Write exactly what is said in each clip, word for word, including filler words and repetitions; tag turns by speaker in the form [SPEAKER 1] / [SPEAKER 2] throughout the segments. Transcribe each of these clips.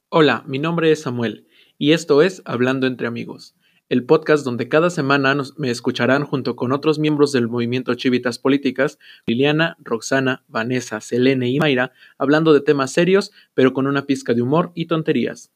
[SPEAKER 1] Hola, mi nombre es Samuel y esto es Hablando entre Amigos, el podcast donde cada semana nos, me escucharán junto con otros miembros del movimiento Chivitas Políticas, Liliana, Roxana, Vanessa, Selene y Mayra, hablando de temas serios pero con una pizca de humor y tonterías.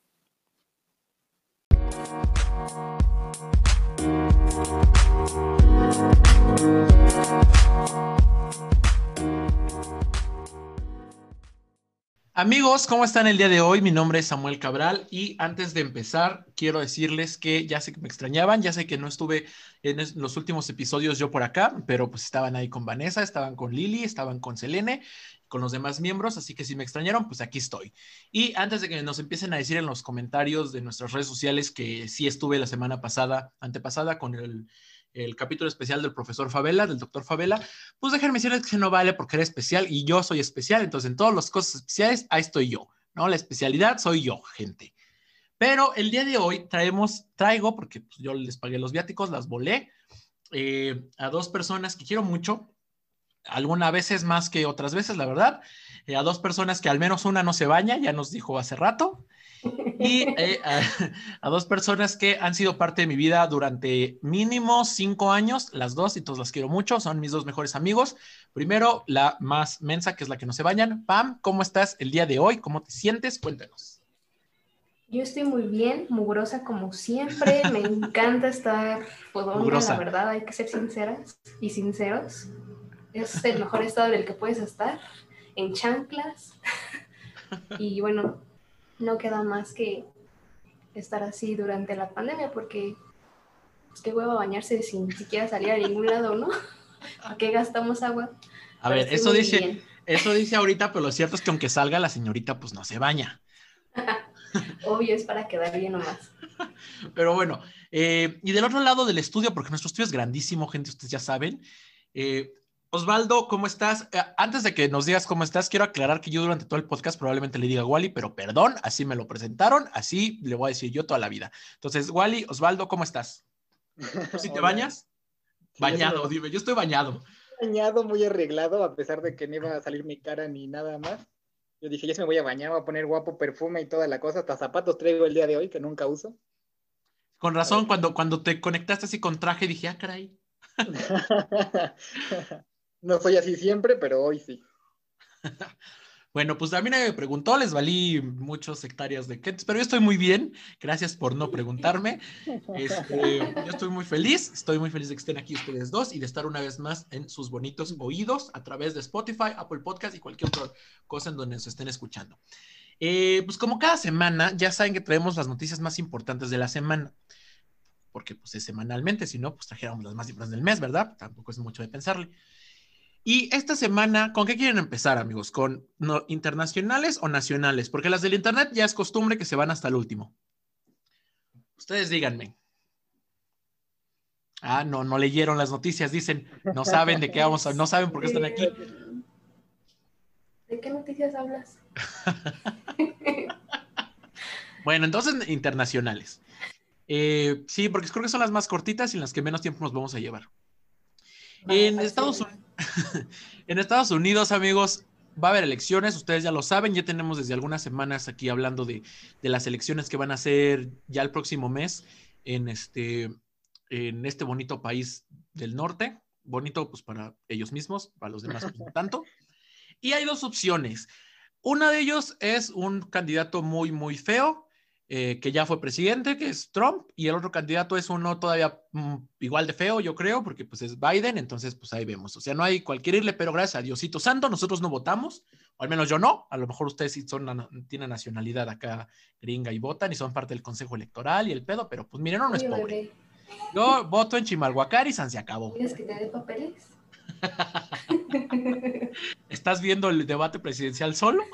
[SPEAKER 1] Amigos, ¿cómo están el día de hoy? Mi nombre es Samuel Cabral y antes de empezar quiero decirles que ya sé que me extrañaban, ya sé que no estuve en los últimos episodios yo por acá, pero pues estaban ahí con Vanessa, estaban con Lili, estaban con Selene, con los demás miembros, así que si me extrañaron, pues aquí estoy. Y antes de que nos empiecen a decir en los comentarios de nuestras redes sociales que sí estuve la semana pasada, antepasada, con el, el capítulo especial del profesor Favela, del doctor Favela, pues déjenme decirles que no vale porque era especial y yo soy especial, entonces en todas las cosas especiales, ahí estoy yo, ¿no? La especialidad soy yo, gente. Pero el día de hoy traemos, traigo, porque pues, yo les pagué los viáticos, las volé, eh, a dos personas que quiero mucho, algunas veces más que otras veces, la verdad, eh, a dos personas que al menos una no se baña, ya nos dijo hace rato, y eh, a, a, dos personas que han sido parte de mi vida durante mínimo cinco años, las dos, y todos las quiero mucho, son mis dos mejores amigos. Primero, la más mensa, que es la que no se bañan. Pam, ¿cómo estás el día de hoy? ¿Cómo te sientes? Cuéntanos.
[SPEAKER 2] Yo estoy muy bien, mugrosa como siempre, me encanta estar fodonga, la verdad, hay que ser sinceras y sinceros. Es el mejor estado en el que puedes estar, en chanclas. Y bueno, no queda más que estar así durante la pandemia porque pues, qué hueva bañarse sin siquiera salir a ningún lado, ¿no? ¿Para qué gastamos agua?
[SPEAKER 1] A
[SPEAKER 2] Pero
[SPEAKER 1] ver,
[SPEAKER 2] estoy
[SPEAKER 1] eso
[SPEAKER 2] muy
[SPEAKER 1] dice,
[SPEAKER 2] bien.
[SPEAKER 1] eso dice ahorita, pero lo cierto es que aunque salga la señorita, pues no se baña.
[SPEAKER 2] Obvio, es para quedar bien nomás.
[SPEAKER 1] Pero bueno, eh, y del otro lado del estudio, porque nuestro estudio es grandísimo, gente, ustedes ya saben. Eh, Osvaldo, ¿cómo estás? Eh, antes de que nos digas cómo estás, quiero aclarar que yo durante todo el podcast probablemente le diga Wally, pero perdón, así me lo presentaron, así le voy a decir yo toda la vida. Entonces, Wally, Osvaldo, ¿cómo estás? ¿Tú sí te bañas?
[SPEAKER 2] Sí,
[SPEAKER 1] bañado, dime, yo estoy bañado.
[SPEAKER 2] Bañado, muy arreglado, a pesar de que no iba a salir mi cara ni nada más. Yo dije, ya se me voy a bañar, voy a poner guapo perfume y toda la cosa. Hasta zapatos traigo el día de hoy, que nunca uso.
[SPEAKER 1] Con razón, cuando, cuando te conectaste así con traje, dije, ah, caray.
[SPEAKER 2] No soy así siempre, pero hoy sí.
[SPEAKER 1] Bueno, pues a mí nadie me preguntó, les valí muchos hectáreas de Kets, pero yo estoy muy bien. Gracias por no preguntarme. Este, yo estoy muy feliz, estoy muy feliz de que estén aquí ustedes dos y de estar una vez más en sus bonitos oídos a través de Spotify, Apple Podcast y cualquier otra cosa en donde nos estén escuchando. Eh, pues como cada semana, ya saben que traemos las noticias más importantes de la semana, porque pues es semanalmente, si no, pues trajéramos las más importantes del mes, ¿verdad? Tampoco es mucho de pensarle. Y esta semana, ¿con qué quieren empezar, amigos? ¿Con no, internacionales o nacionales? Porque las del internet ya es costumbre que se van hasta el último. Ustedes díganme. Ah, no, no leyeron las noticias, dicen, no saben de qué vamos a, no saben por qué están aquí.
[SPEAKER 2] ¿De qué noticias hablas?
[SPEAKER 1] Bueno, entonces internacionales. Eh, sí, porque creo que son las más cortitas y en las que menos tiempo nos vamos a llevar.
[SPEAKER 2] Vale,
[SPEAKER 1] En Estados, en Estados Unidos, amigos, va a haber elecciones, ustedes ya lo saben, ya tenemos desde algunas semanas aquí hablando de, de las elecciones que van a ser ya el próximo mes en este, en este bonito país del norte, bonito pues para ellos mismos, para los demás pues no tanto. Y hay dos opciones. Una de ellos es un candidato muy, muy feo, eh, que ya fue presidente, que es Trump, y el otro candidato es uno todavía mm, igual de feo, yo creo, porque pues es Biden, entonces pues ahí vemos. O sea, no hay cualquier irle, pero gracias a Diosito Santo, nosotros no votamos, o al menos yo no, a lo mejor ustedes sí son, tienen nacionalidad acá gringa y votan y son parte del consejo electoral y el pedo, pero pues miren, no es pobre. Yo voto en Chimalhuacán y San se acabó.
[SPEAKER 2] ¿Quieres que te dé papeles?
[SPEAKER 1] ¿Estás viendo el debate presidencial solo?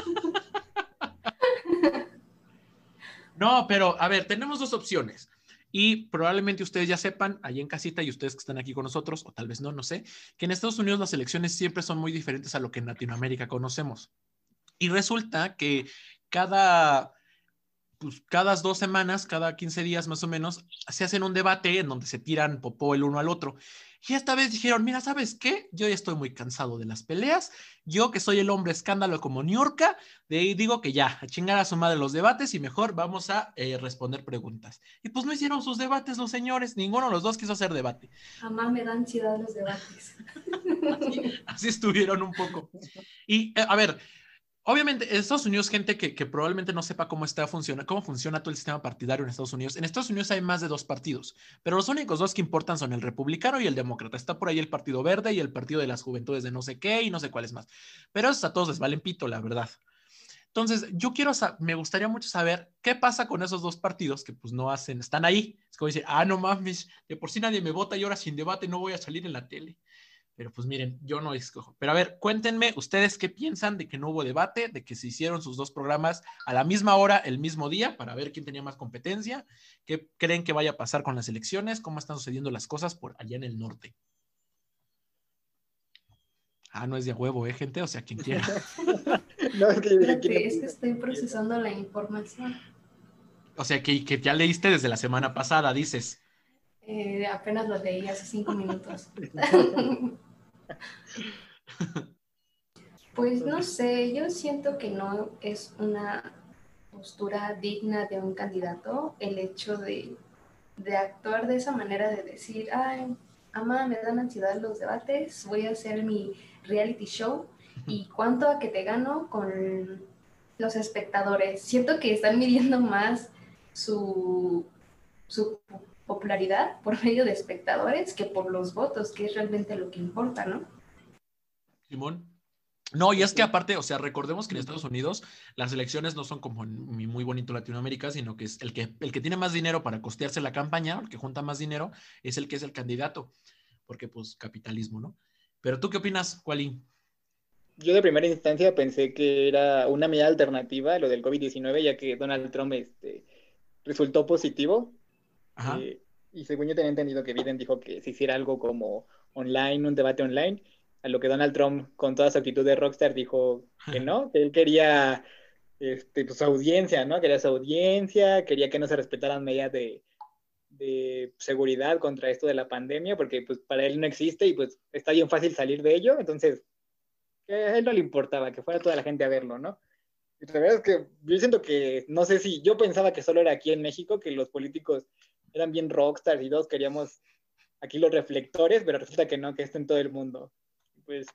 [SPEAKER 1] No, pero a ver, tenemos dos opciones. Y probablemente ustedes ya sepan, ahí en casita y ustedes que están aquí con nosotros, o tal vez no, no sé, que en Estados Unidos las elecciones siempre son muy diferentes a lo que en Latinoamérica conocemos. Y resulta que cada pues cada dos semanas, cada quince días más o menos, se hacen un debate en donde se tiran popó el uno al otro. Y esta vez dijeron, mira, ¿sabes qué? Yo ya estoy muy cansado de las peleas. Yo que soy el hombre escándalo como Niurka, de ahí digo que ya, a chingar a su madre los debates y mejor vamos a eh, responder preguntas. Y pues no hicieron sus debates los señores, ninguno de los dos quiso hacer debate.
[SPEAKER 2] Jamás me dan ansiedad los debates.
[SPEAKER 1] Así, así estuvieron un poco. Y eh, a ver, obviamente, en Estados Unidos, gente que, que probablemente no sepa cómo está funciona, cómo funciona todo el sistema partidario en Estados Unidos. En Estados Unidos hay más de dos partidos, pero los únicos dos que importan son el republicano y el demócrata. Está por ahí el Partido Verde y el Partido de las Juventudes de no sé qué y no sé cuáles más. Pero esos a todos les valen pito, la verdad. Entonces, yo quiero, me gustaría mucho saber qué pasa con esos dos partidos que pues no hacen, están ahí. Es como decir, ah, no mames, de por sí nadie me vota y ahora sin debate no voy a salir en la tele. Pero pues miren, yo no escojo. Pero a ver, cuéntenme ustedes qué piensan de que no hubo debate, de que se hicieron sus dos programas a la misma hora, el mismo día, para ver quién tenía más competencia, qué creen que vaya a pasar con las elecciones, cómo están sucediendo las cosas por allá en el norte. Ah, no es de huevo, ¿eh, gente? O sea, quien quiera.
[SPEAKER 2] No, es que, Espérate, es que estoy procesando la información.
[SPEAKER 1] O sea, que, que ya leíste desde la semana pasada, dices.
[SPEAKER 2] Eh, apenas lo leí hace cinco minutos. Pues no sé, yo siento que no es una postura digna de un candidato el hecho de, de actuar de esa manera, de decir, ay, ama, me dan ansiedad los debates, voy a hacer mi reality show y cuánto a que te gano con los espectadores. Siento que están midiendo más su, su popularidad por medio de espectadores que por los votos, que es realmente lo que importa, ¿no?
[SPEAKER 1] Simón. No, y es que aparte, o sea, recordemos que en Estados Unidos las elecciones no son como en mi muy bonito Latinoamérica, sino que es el que, el que tiene más dinero para costearse la campaña, el que junta más dinero, es el que es el candidato, porque pues capitalismo, ¿no? Pero ¿tú qué opinas, Wally?
[SPEAKER 3] Yo de primera instancia pensé que era una medida alternativa a lo del COVID diecinueve, ya que Donald Trump este, resultó positivo. Eh, y según yo tenía entendido que Biden dijo que se hiciera algo como online, un debate online, a lo que Donald Trump, con toda su actitud de rockstar, dijo que no, que él quería este, pues, su audiencia, ¿no? Quería su audiencia, quería que no se respetaran medidas de, de seguridad contra esto de la pandemia, porque pues para él no existe y pues está bien fácil salir de ello, entonces a él no le importaba que fuera toda la gente a verlo, ¿no? Y la verdad es que yo siento que, no sé si, yo pensaba que solo era aquí en México, que los políticos eran bien rockstars y todos queríamos aquí los reflectores, pero resulta que no, que está en todo el mundo. Pues,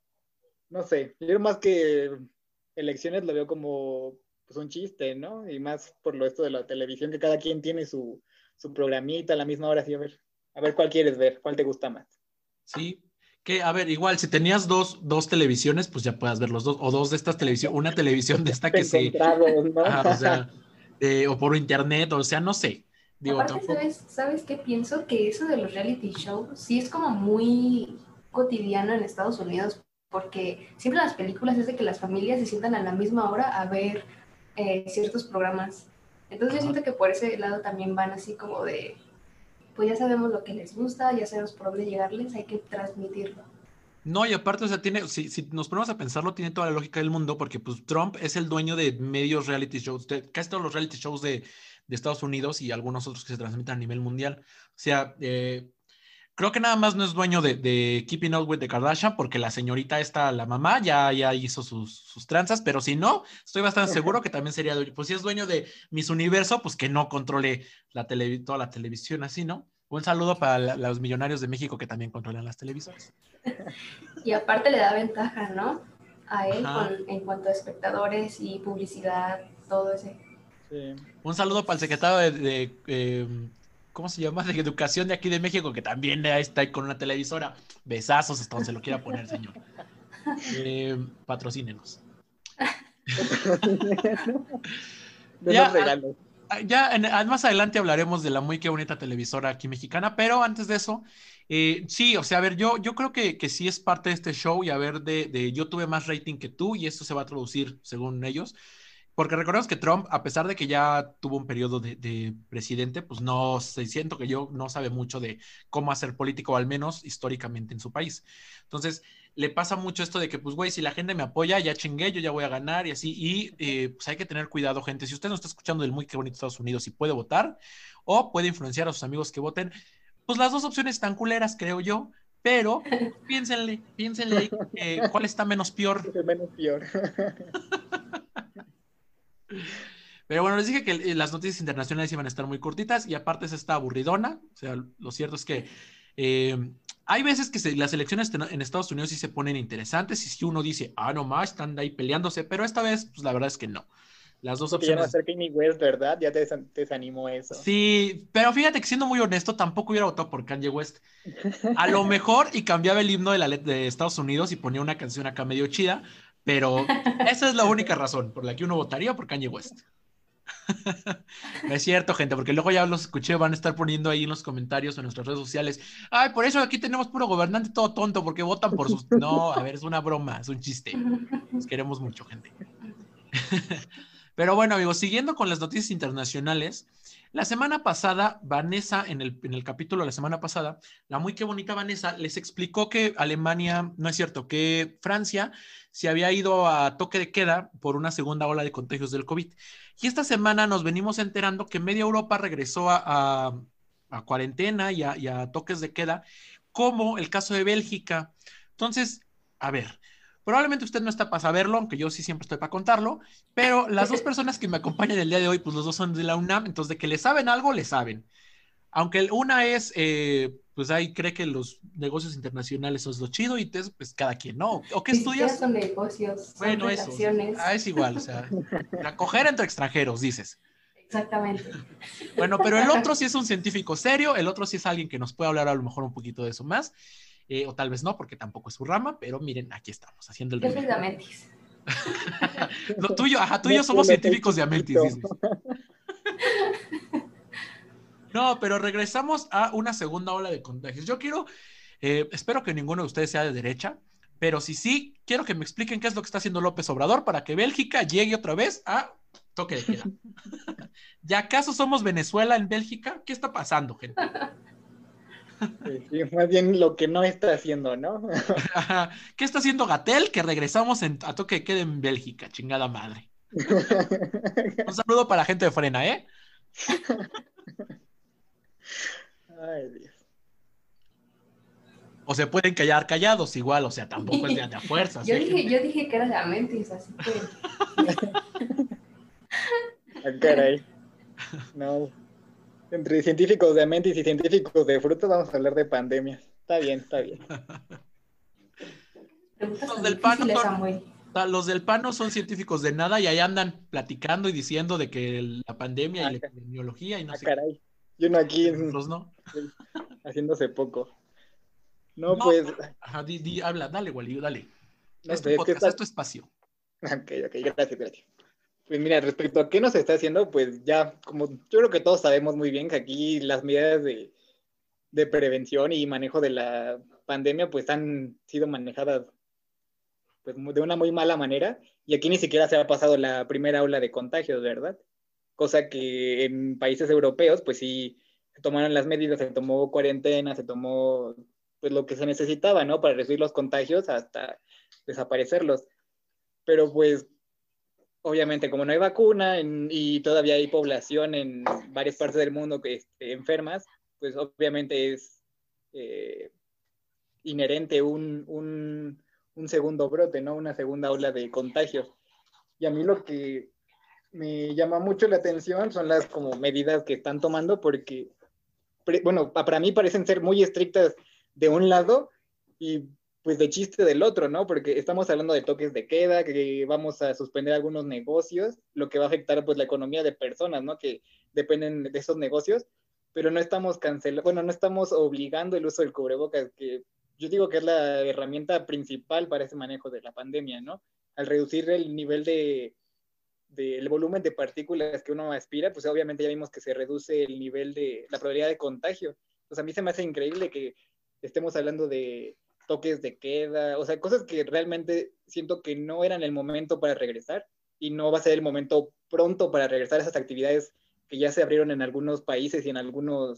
[SPEAKER 3] no sé, yo más que elecciones lo veo como pues, un chiste, ¿no? Y más por lo esto de la televisión, que cada quien tiene su, su programita a la misma hora, así a ver, a ver cuál quieres ver, cuál te gusta más.
[SPEAKER 1] Sí, que a ver, igual, si tenías dos, dos televisiones, pues ya puedas ver los dos, o dos de estas televisiones, una televisión de esta que se...
[SPEAKER 3] ¿no?
[SPEAKER 1] Ah, o sea, de, o por internet, o sea, no sé. Digo,
[SPEAKER 2] Aparte,
[SPEAKER 1] tampoco...
[SPEAKER 2] ¿sabes, ¿sabes qué pienso? Que eso de los reality shows sí es como muy cotidiano en Estados Unidos, porque siempre las películas es de que las familias se sientan a la misma hora a ver eh, ciertos programas. Entonces Ajá. yo siento que por ese lado también van así como de, pues ya sabemos lo que les gusta, ya sabemos por dónde llegarles, hay que transmitirlo.
[SPEAKER 1] No, y aparte, o sea, tiene, si, si nos ponemos a pensarlo, tiene toda la lógica del mundo, porque pues Trump es el dueño de medios reality shows, de, casi todos los reality shows de, de Estados Unidos y algunos otros que se transmiten a nivel mundial. O sea, eh, creo que nada más no es dueño de, de Keeping Up with the Kardashian, porque la señorita esta, la mamá, ya, ya hizo sus, sus tranzas, pero si no, estoy bastante seguro que también sería dueño. Pues si es dueño de Miss Universo, pues que no controle la tele, toda la televisión así, ¿no? Un saludo para la, los millonarios de México que también controlan las televisoras.
[SPEAKER 2] Y aparte le da ventaja, ¿no? A él con, en cuanto a espectadores y publicidad, todo ese.
[SPEAKER 1] Sí. Un saludo para el secretario de, de eh, ¿cómo se llama? De Educación de aquí de México, que también está ahí con una televisora. Besazos hasta donde se lo quiera poner, señor. Eh, patrocínenos. ya, ya en, más adelante hablaremos de la muy que bonita televisora aquí mexicana, pero antes de eso, eh, sí, o sea, a ver, yo, yo creo que, que sí es parte de este show y a ver, de, de yo tuve más rating que tú y esto se va a traducir según ellos. Porque recordemos que Trump, a pesar de que ya tuvo un periodo de, de presidente, pues no sé, siento que yo no sabe mucho de cómo hacer político, al menos históricamente en su país. Entonces, le pasa mucho esto de que, pues, güey, si la gente me apoya, ya chingué, yo ya voy a ganar y así. Y eh, pues hay que tener cuidado, gente. Si usted no está escuchando del muy qué bonito Estados Unidos y puede votar o puede influenciar a sus amigos que voten, pues las dos opciones están culeras, creo yo. Pero piénsenle, piénsenle ahí eh, cuál está menos peor.
[SPEAKER 3] Menos peor.
[SPEAKER 1] Pero bueno, les dije que eh, las noticias internacionales iban a estar muy cortitas y aparte es esta aburridona. O sea, lo cierto es que eh, hay veces que se, las elecciones en Estados Unidos sí se ponen interesantes y si uno dice, ah, no más, están ahí peleándose, pero esta vez, pues la verdad es que no. Las dos
[SPEAKER 3] Porque ya no va a
[SPEAKER 1] opciones...
[SPEAKER 3] ser Kanye West, ¿verdad? Ya te, te desanimó eso.
[SPEAKER 1] Sí, pero fíjate que siendo muy honesto, tampoco hubiera votado por Kanye West. A lo mejor y cambiaba el himno de, la, de Estados Unidos y ponía una canción acá medio chida, pero esa es la única razón por la que uno votaría por Kanye West. No es cierto, gente, porque luego ya los escuché, van a estar poniendo ahí en los comentarios en nuestras redes sociales. Ay, por eso aquí tenemos puro gobernante todo tonto, porque votan por sus... No, a ver, es una broma, es un chiste. Los queremos mucho, gente. Pero bueno, amigos, siguiendo con las noticias internacionales, la semana pasada, Vanessa, en el, en el capítulo de la semana pasada, la muy qué bonita Vanessa les explicó que Alemania, no es cierto, que Francia se había ido a toque de queda por una segunda ola de contagios del COVID. Y esta semana nos venimos enterando que media Europa regresó a, a, a cuarentena y a, y a toques de queda, como el caso de Bélgica. Entonces, a ver, probablemente usted no está para saberlo, aunque yo sí siempre estoy para contarlo, pero las dos personas que me acompañan el día de hoy, pues los dos son de la UNAM, entonces de que le saben algo, le saben. Aunque una es, eh, pues ahí cree que los negocios internacionales son lo chido y te, pues cada quien, ¿no? ¿O qué
[SPEAKER 2] Ni
[SPEAKER 1] estudias?
[SPEAKER 2] siquiera son negocios,
[SPEAKER 1] Bueno,
[SPEAKER 2] son
[SPEAKER 1] eso.
[SPEAKER 2] relaciones.
[SPEAKER 1] Ah, es igual, o sea, acoger entre extranjeros, dices.
[SPEAKER 2] Exactamente.
[SPEAKER 1] Bueno, pero el otro sí es un científico serio, el otro sí es alguien que nos puede hablar a lo mejor un poquito de eso más. Eh, o tal vez no, porque tampoco es su rama, pero miren, aquí estamos, haciendo el
[SPEAKER 2] Yo soy de
[SPEAKER 1] ridículo.
[SPEAKER 2] Amentis.
[SPEAKER 1] Lo tuyo, ajá, tú y
[SPEAKER 3] No,
[SPEAKER 1] yo somos
[SPEAKER 3] no,
[SPEAKER 1] científicos de Amentis,
[SPEAKER 3] chiquito.
[SPEAKER 1] dices. No, pero regresamos a una segunda ola de contagios. Yo quiero, eh, espero que ninguno de ustedes sea de derecha, pero si sí, quiero que me expliquen qué es lo que está haciendo López Obrador para que Bélgica llegue otra vez a toque de queda. ¿Ya acaso somos Venezuela en Bélgica? ¿Qué está pasando, gente?
[SPEAKER 3] Sí, sí, más bien lo que no está haciendo, ¿no?
[SPEAKER 1] ¿Qué está haciendo Gatell? Que regresamos en, a toque de queda en Bélgica, chingada madre. Un saludo para la gente de Frena, ¿eh?
[SPEAKER 3] Ay, Dios.
[SPEAKER 1] O se pueden callar callados igual, o sea, tampoco es de, de a fuerzas.
[SPEAKER 2] Yo,
[SPEAKER 1] ¿eh,
[SPEAKER 2] dije,
[SPEAKER 1] gente?
[SPEAKER 2] yo dije que era de Amentis, así que...
[SPEAKER 3] Ah, caray. No. Entre científicos de Amentis y científicos de frutas vamos a hablar de pandemia. Está bien, está bien.
[SPEAKER 1] Los del, PAN no son, los del PAN no son científicos de nada y ahí andan platicando y diciendo de que la pandemia ah, y la epidemiología y no
[SPEAKER 3] ah,
[SPEAKER 1] sé
[SPEAKER 3] caray. Yo no aquí
[SPEAKER 1] nosotros no.
[SPEAKER 3] Haciéndose poco. No,
[SPEAKER 1] no
[SPEAKER 3] pues.
[SPEAKER 1] Ajá, di, di, habla, dale, Wally, dale.
[SPEAKER 3] No
[SPEAKER 1] es tu
[SPEAKER 3] sé,
[SPEAKER 1] podcast,
[SPEAKER 3] es, está...
[SPEAKER 1] es tu espacio.
[SPEAKER 3] Ok, ok, gracias, gracias. Pues mira, respecto a qué nos está haciendo, pues ya, como yo creo que todos sabemos muy bien que aquí las medidas de, de prevención y manejo de la pandemia, pues han sido manejadas pues, de una muy mala manera, y aquí ni siquiera se ha pasado la primera ola de contagios, ¿verdad? Cosa que en países europeos, pues sí, se tomaron las medidas, se tomó cuarentena, se tomó pues lo que se necesitaba, ¿no? Para reducir los contagios hasta desaparecerlos. Pero pues, obviamente, como no hay vacuna en, y todavía hay población en varias partes del mundo que este, enfermas, pues obviamente es eh, inherente un, un, un segundo brote, ¿no? Una segunda ola de contagios. Y a mí lo que me llama mucho la atención son las como medidas que están tomando porque, bueno, para mí parecen ser muy estrictas de un lado y pues de chiste del otro, ¿no? Porque estamos hablando de toques de queda, que vamos a suspender algunos negocios, lo que va a afectar pues la economía de personas, ¿no? Que dependen de esos negocios, pero no estamos cancelando, bueno, no estamos obligando el uso del cubrebocas, que yo digo que es la herramienta principal para ese manejo de la pandemia, ¿no? Al reducir el nivel de del volumen de partículas que uno aspira, pues obviamente ya vimos que se reduce el nivel de la probabilidad de contagio. Pues a mí se me hace increíble que estemos hablando de toques de queda, o sea, cosas que realmente siento que no eran el momento para regresar y no va a ser el momento pronto para regresar a esas actividades que ya se abrieron en algunos países y en algunos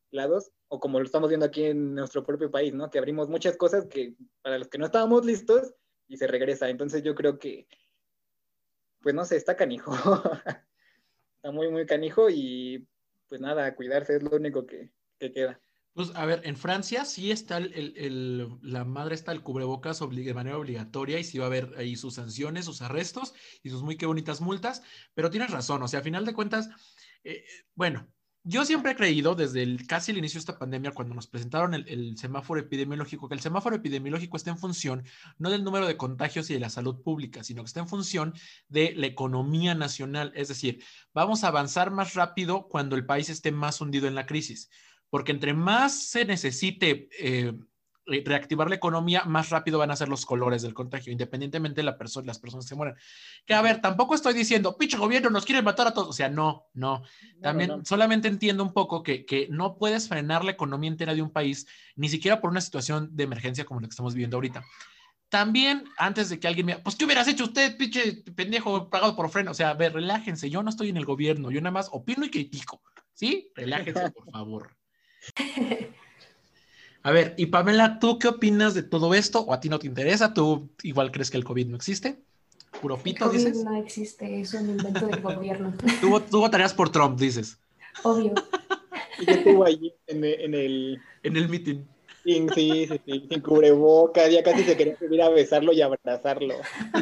[SPEAKER 3] lados, o como lo estamos viendo aquí en nuestro propio país, ¿no? Que abrimos muchas cosas que para los que no estábamos listos y se regresa. Entonces yo creo que, pues no sé, está canijo. Está muy, muy canijo y pues nada, a cuidarse es lo único que, que queda.
[SPEAKER 1] Pues a ver, en Francia sí está el, el, el, la madre está el cubrebocas obli de manera obligatoria y sí va a haber ahí sus sanciones, sus arrestos y sus muy qué bonitas multas, pero tienes razón, o sea, a final de cuentas, eh, bueno, yo siempre he creído desde el, casi el inicio de esta pandemia, cuando nos presentaron el, el semáforo epidemiológico, que el semáforo epidemiológico está en función no del número de contagios y de la salud pública, sino que está en función de la economía nacional, es decir, vamos a avanzar más rápido cuando el país esté más hundido en la crisis. Porque entre más se necesite eh, reactivar la economía, más rápido van a ser los colores del contagio, independientemente de la perso las personas que mueran. Que a ver, tampoco estoy diciendo, pinche gobierno, nos quieren matar a todos. O sea, no, no. También no, no. solamente entiendo un poco que, que no puedes frenar la economía entera de un país, ni siquiera por una situación de emergencia como la que estamos viviendo ahorita. También, antes de que alguien me diga, pues, ¿qué hubieras hecho usted, pinche pendejo, pagado por freno? O sea, a ver, relájense, yo no estoy en el gobierno, yo nada más opino y critico, ¿sí? Relájense, por favor. A ver, y Pamela, ¿tú qué opinas de todo esto? ¿O a ti no te interesa? ¿Tú igual crees que el COVID no existe? ¿Puro pito,
[SPEAKER 2] el COVID
[SPEAKER 1] dices?
[SPEAKER 2] No existe, es un invento del gobierno.
[SPEAKER 1] ¿Tú, tú votarías por Trump, dices?
[SPEAKER 2] Obvio.
[SPEAKER 3] Y yo estuve allí en el... En el,
[SPEAKER 1] en el meeting.
[SPEAKER 3] Sí, sí, sí, sí, sin cubrebocas, ya casi se quería subir a besarlo y abrazarlo.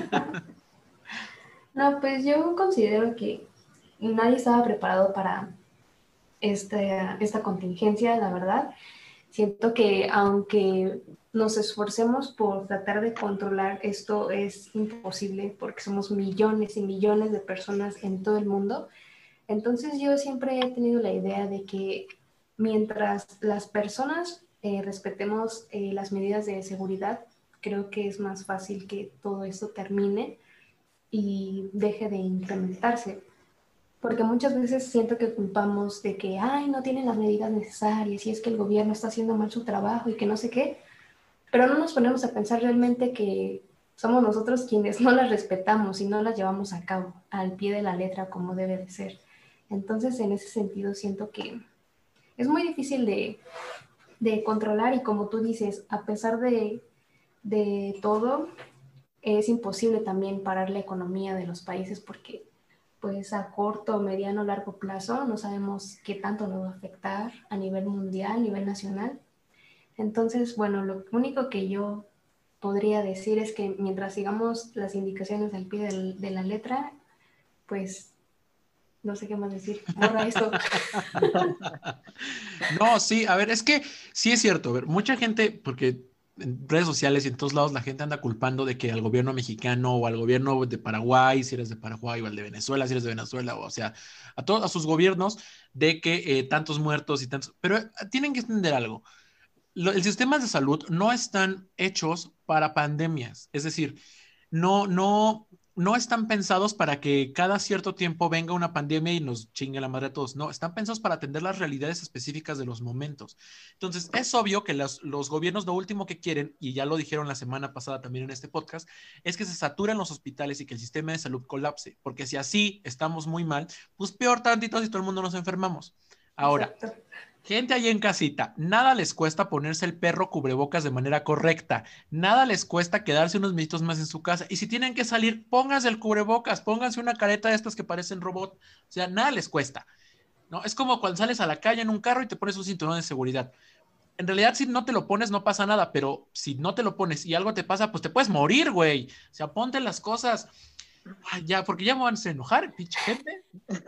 [SPEAKER 2] No, pues yo considero que nadie estaba preparado para este, esta contingencia, la verdad. Siento que aunque nos esforcemos por tratar de controlar esto, es imposible porque somos millones y millones de personas en todo el mundo. Entonces yo siempre he tenido la idea de que mientras las personas eh, respetemos eh, las medidas de seguridad, creo que es más fácil que todo esto termine y deje de incrementarse. Porque muchas veces siento que culpamos de que, ay, no tienen las medidas necesarias y es que el gobierno está haciendo mal su trabajo y que no sé qué, pero no nos ponemos a pensar realmente que somos nosotros quienes no las respetamos y no las llevamos a cabo al pie de la letra como debe de ser. Entonces, en ese sentido, siento que es muy difícil de, de controlar y como tú dices, a pesar de, de todo, es imposible también parar la economía de los países porque pues a corto, mediano, largo plazo no sabemos qué tanto nos va a afectar a nivel mundial, a nivel nacional. Entonces, bueno, lo único que yo podría decir es que mientras sigamos las indicaciones al pie de, de la letra, pues no sé qué más decir, borra esto.
[SPEAKER 1] No, sí, a ver, es que sí es cierto, a ver, mucha gente, porque en redes sociales y en todos lados la gente anda culpando de que al gobierno mexicano o al gobierno de Paraguay, si eres de Paraguay, o al de Venezuela, si eres de Venezuela, o, o sea, a todos a sus gobiernos de que eh, tantos muertos y tantos, pero eh, tienen que entender algo. Lo, el sistema de salud no están hechos para pandemias, es decir, no, no, no están pensados para que cada cierto tiempo venga una pandemia y nos chingue la madre a todos. No, están pensados para atender las realidades específicas de los momentos. Entonces, es obvio que los, los gobiernos lo último que quieren, y ya lo dijeron la semana pasada también en este podcast, es que se saturen los hospitales y que el sistema de salud colapse, porque si así estamos muy mal, pues peor tantito si todo el mundo nos enfermamos. Ahora, exacto. Gente ahí en casita, nada les cuesta ponerse el perro cubrebocas de manera correcta, nada les cuesta quedarse unos minutos más en su casa, y si tienen que salir, pónganse el cubrebocas, pónganse una careta de estas que parecen robot, o sea, nada les cuesta, ¿no? Es como cuando sales a la calle en un carro y te pones un cinturón de seguridad. En realidad, si no te lo pones, no pasa nada, pero si no te lo pones y algo te pasa, pues te puedes morir, güey. O sea, ponte las cosas. Ay, ya, porque ya me van a enojar, pinche gente.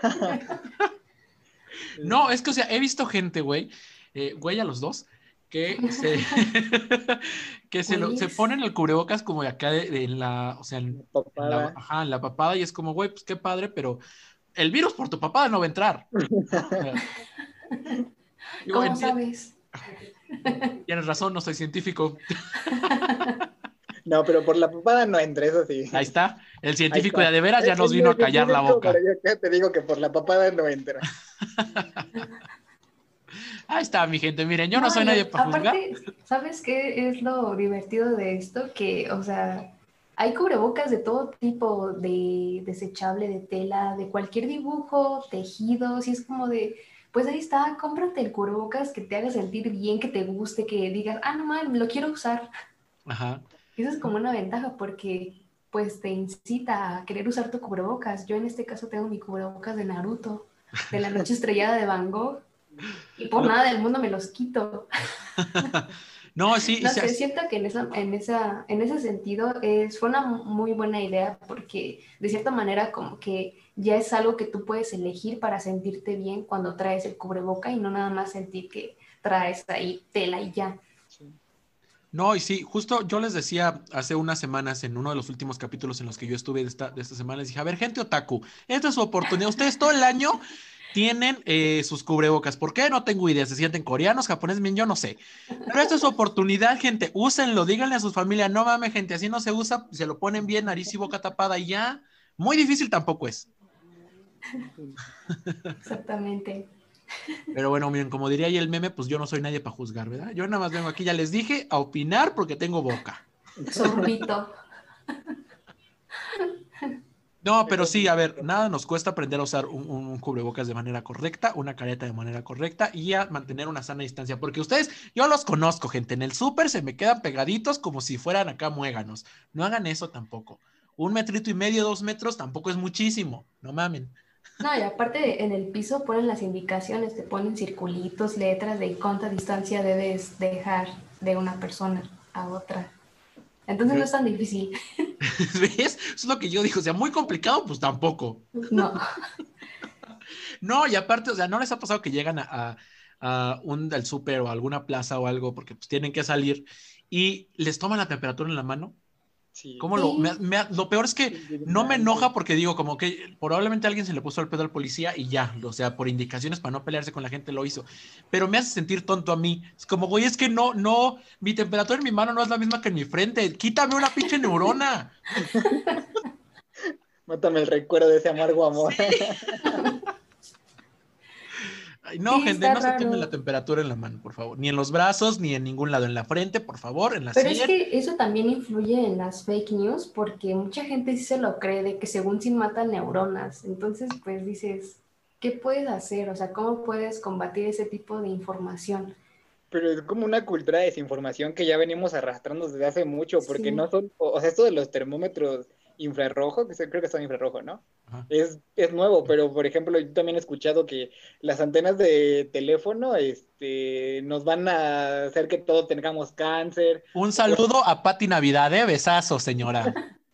[SPEAKER 1] No, es que, o sea, he visto gente, güey, eh, güey a los dos, que se, que se, lo, se ponen el cubrebocas como de acá, de, de, en la, o sea, en, en, la, ajá, en la papada, y es como, güey, pues qué padre, pero el virus por tu papada no va a entrar.
[SPEAKER 2] ¿No? ¿Cómo sabes?
[SPEAKER 1] Tienes razón, no soy científico.
[SPEAKER 3] No, pero por la papada no entra, eso sí.
[SPEAKER 1] Ahí está, el científico de de veras ya nos vino a callar la boca.
[SPEAKER 3] Pero yo te digo que por la papada no entra.
[SPEAKER 1] Ahí está, mi gente, miren, yo no, no soy yo, nadie para juzgar.
[SPEAKER 2] ¿Sabes qué es lo divertido de esto? Que, o sea, hay cubrebocas de todo tipo, de desechable, de tela, de cualquier dibujo, tejidos, y es como de, pues ahí está, cómprate el cubrebocas que te haga sentir bien, que te guste, que digas, ah, no mal, lo quiero usar.
[SPEAKER 1] Ajá.
[SPEAKER 2] Eso es como una ventaja porque pues te incita a querer usar tu cubrebocas. Yo en este caso tengo mi cubrebocas de Naruto, de la noche estrellada de Van Gogh, y por
[SPEAKER 1] No.
[SPEAKER 2] nada del mundo me los quito.
[SPEAKER 1] No, sí.
[SPEAKER 2] No
[SPEAKER 1] sí,
[SPEAKER 2] sé,
[SPEAKER 1] sí.
[SPEAKER 2] siento que en, esa, en, esa, en ese sentido es, fue una muy buena idea porque de cierta manera como que ya es algo que tú puedes elegir para sentirte bien cuando traes el cubreboca y no nada más sentir que traes ahí tela y ya.
[SPEAKER 3] Sí.
[SPEAKER 1] No, y sí, justo yo les decía hace unas semanas en uno de los últimos capítulos en los que yo estuve de esta, de esta semana, les dije, a ver, gente otaku, esta es su oportunidad. Ustedes todo el año tienen eh, sus cubrebocas. ¿Por qué? No tengo idea. Se sienten coreanos, japoneses, bien, yo no sé. Pero esta es su oportunidad, gente. Úsenlo, díganle a sus familias, no mames, gente, así no se usa, se lo ponen bien, nariz y boca tapada y ya. Muy difícil tampoco es.
[SPEAKER 2] Exactamente.
[SPEAKER 1] Pero bueno, miren, como diría ahí el meme, pues yo no soy nadie para juzgar, ¿verdad? Yo nada más vengo aquí, ya les dije, a opinar porque tengo boca.
[SPEAKER 2] Sorbito.
[SPEAKER 1] No, pero sí, a ver, nada nos cuesta aprender a usar un, un, un cubrebocas de manera correcta, una careta de manera correcta y a mantener una sana distancia. Porque ustedes, yo los conozco, gente, en el súper se me quedan pegaditos como si fueran acá muéganos. No hagan eso tampoco. Un metrito y medio, dos metros tampoco es muchísimo. No mamen.
[SPEAKER 2] No, y aparte en el piso ponen las indicaciones, te ponen circulitos, letras de cuánta distancia debes dejar de una persona a otra. Entonces no es tan difícil.
[SPEAKER 1] ¿Ves? Eso es lo que yo digo. O sea, muy complicado, pues tampoco.
[SPEAKER 2] No.
[SPEAKER 1] No, y aparte, o sea, ¿no les ha pasado que llegan a, a, a un del súper o a alguna plaza o algo porque pues tienen que salir y les toman la temperatura en la mano?
[SPEAKER 3] Sí.
[SPEAKER 1] ¿Cómo lo, me,
[SPEAKER 2] Sí,
[SPEAKER 1] me, lo peor es que no me enoja porque digo como que probablemente alguien se le puso el pedo al policía y ya, o sea, por indicaciones para no pelearse con la gente lo hizo, pero me hace sentir tonto a mí. Es como, güey, es que no, no, mi temperatura en mi mano no es la misma que en mi frente, quítame una pinche neurona.
[SPEAKER 3] Mátame el recuerdo de ese amargo amor.
[SPEAKER 1] Sí. Ay, no,
[SPEAKER 2] sí,
[SPEAKER 1] gente,
[SPEAKER 2] está
[SPEAKER 1] no se tomen la
[SPEAKER 2] raro.
[SPEAKER 1] temperatura en la mano, por favor, ni en los brazos, ni en ningún lado, en la frente, por favor, en la
[SPEAKER 2] Pero es
[SPEAKER 1] sien.
[SPEAKER 2] que eso también influye en las fake news porque mucha gente sí se lo cree de que según sí matan neuronas. Entonces, pues dices, ¿qué puedes hacer? O sea, ¿cómo puedes combatir ese tipo de información?
[SPEAKER 3] Pero es como una cultura de desinformación que ya venimos arrastrando desde hace mucho, porque no
[SPEAKER 2] Sí,
[SPEAKER 3] son, o, o sea, esto de los termómetros infrarrojo, que se- creo que son infrarrojo, ¿no?
[SPEAKER 1] Ajá.
[SPEAKER 3] Es, es nuevo, pero por ejemplo, yo también he escuchado que las antenas de teléfono, este, nos van a hacer que todos tengamos cáncer,
[SPEAKER 1] Un
[SPEAKER 3] o cosas.
[SPEAKER 1] saludo a Pati Navidad, ¿eh? Besazo, señora.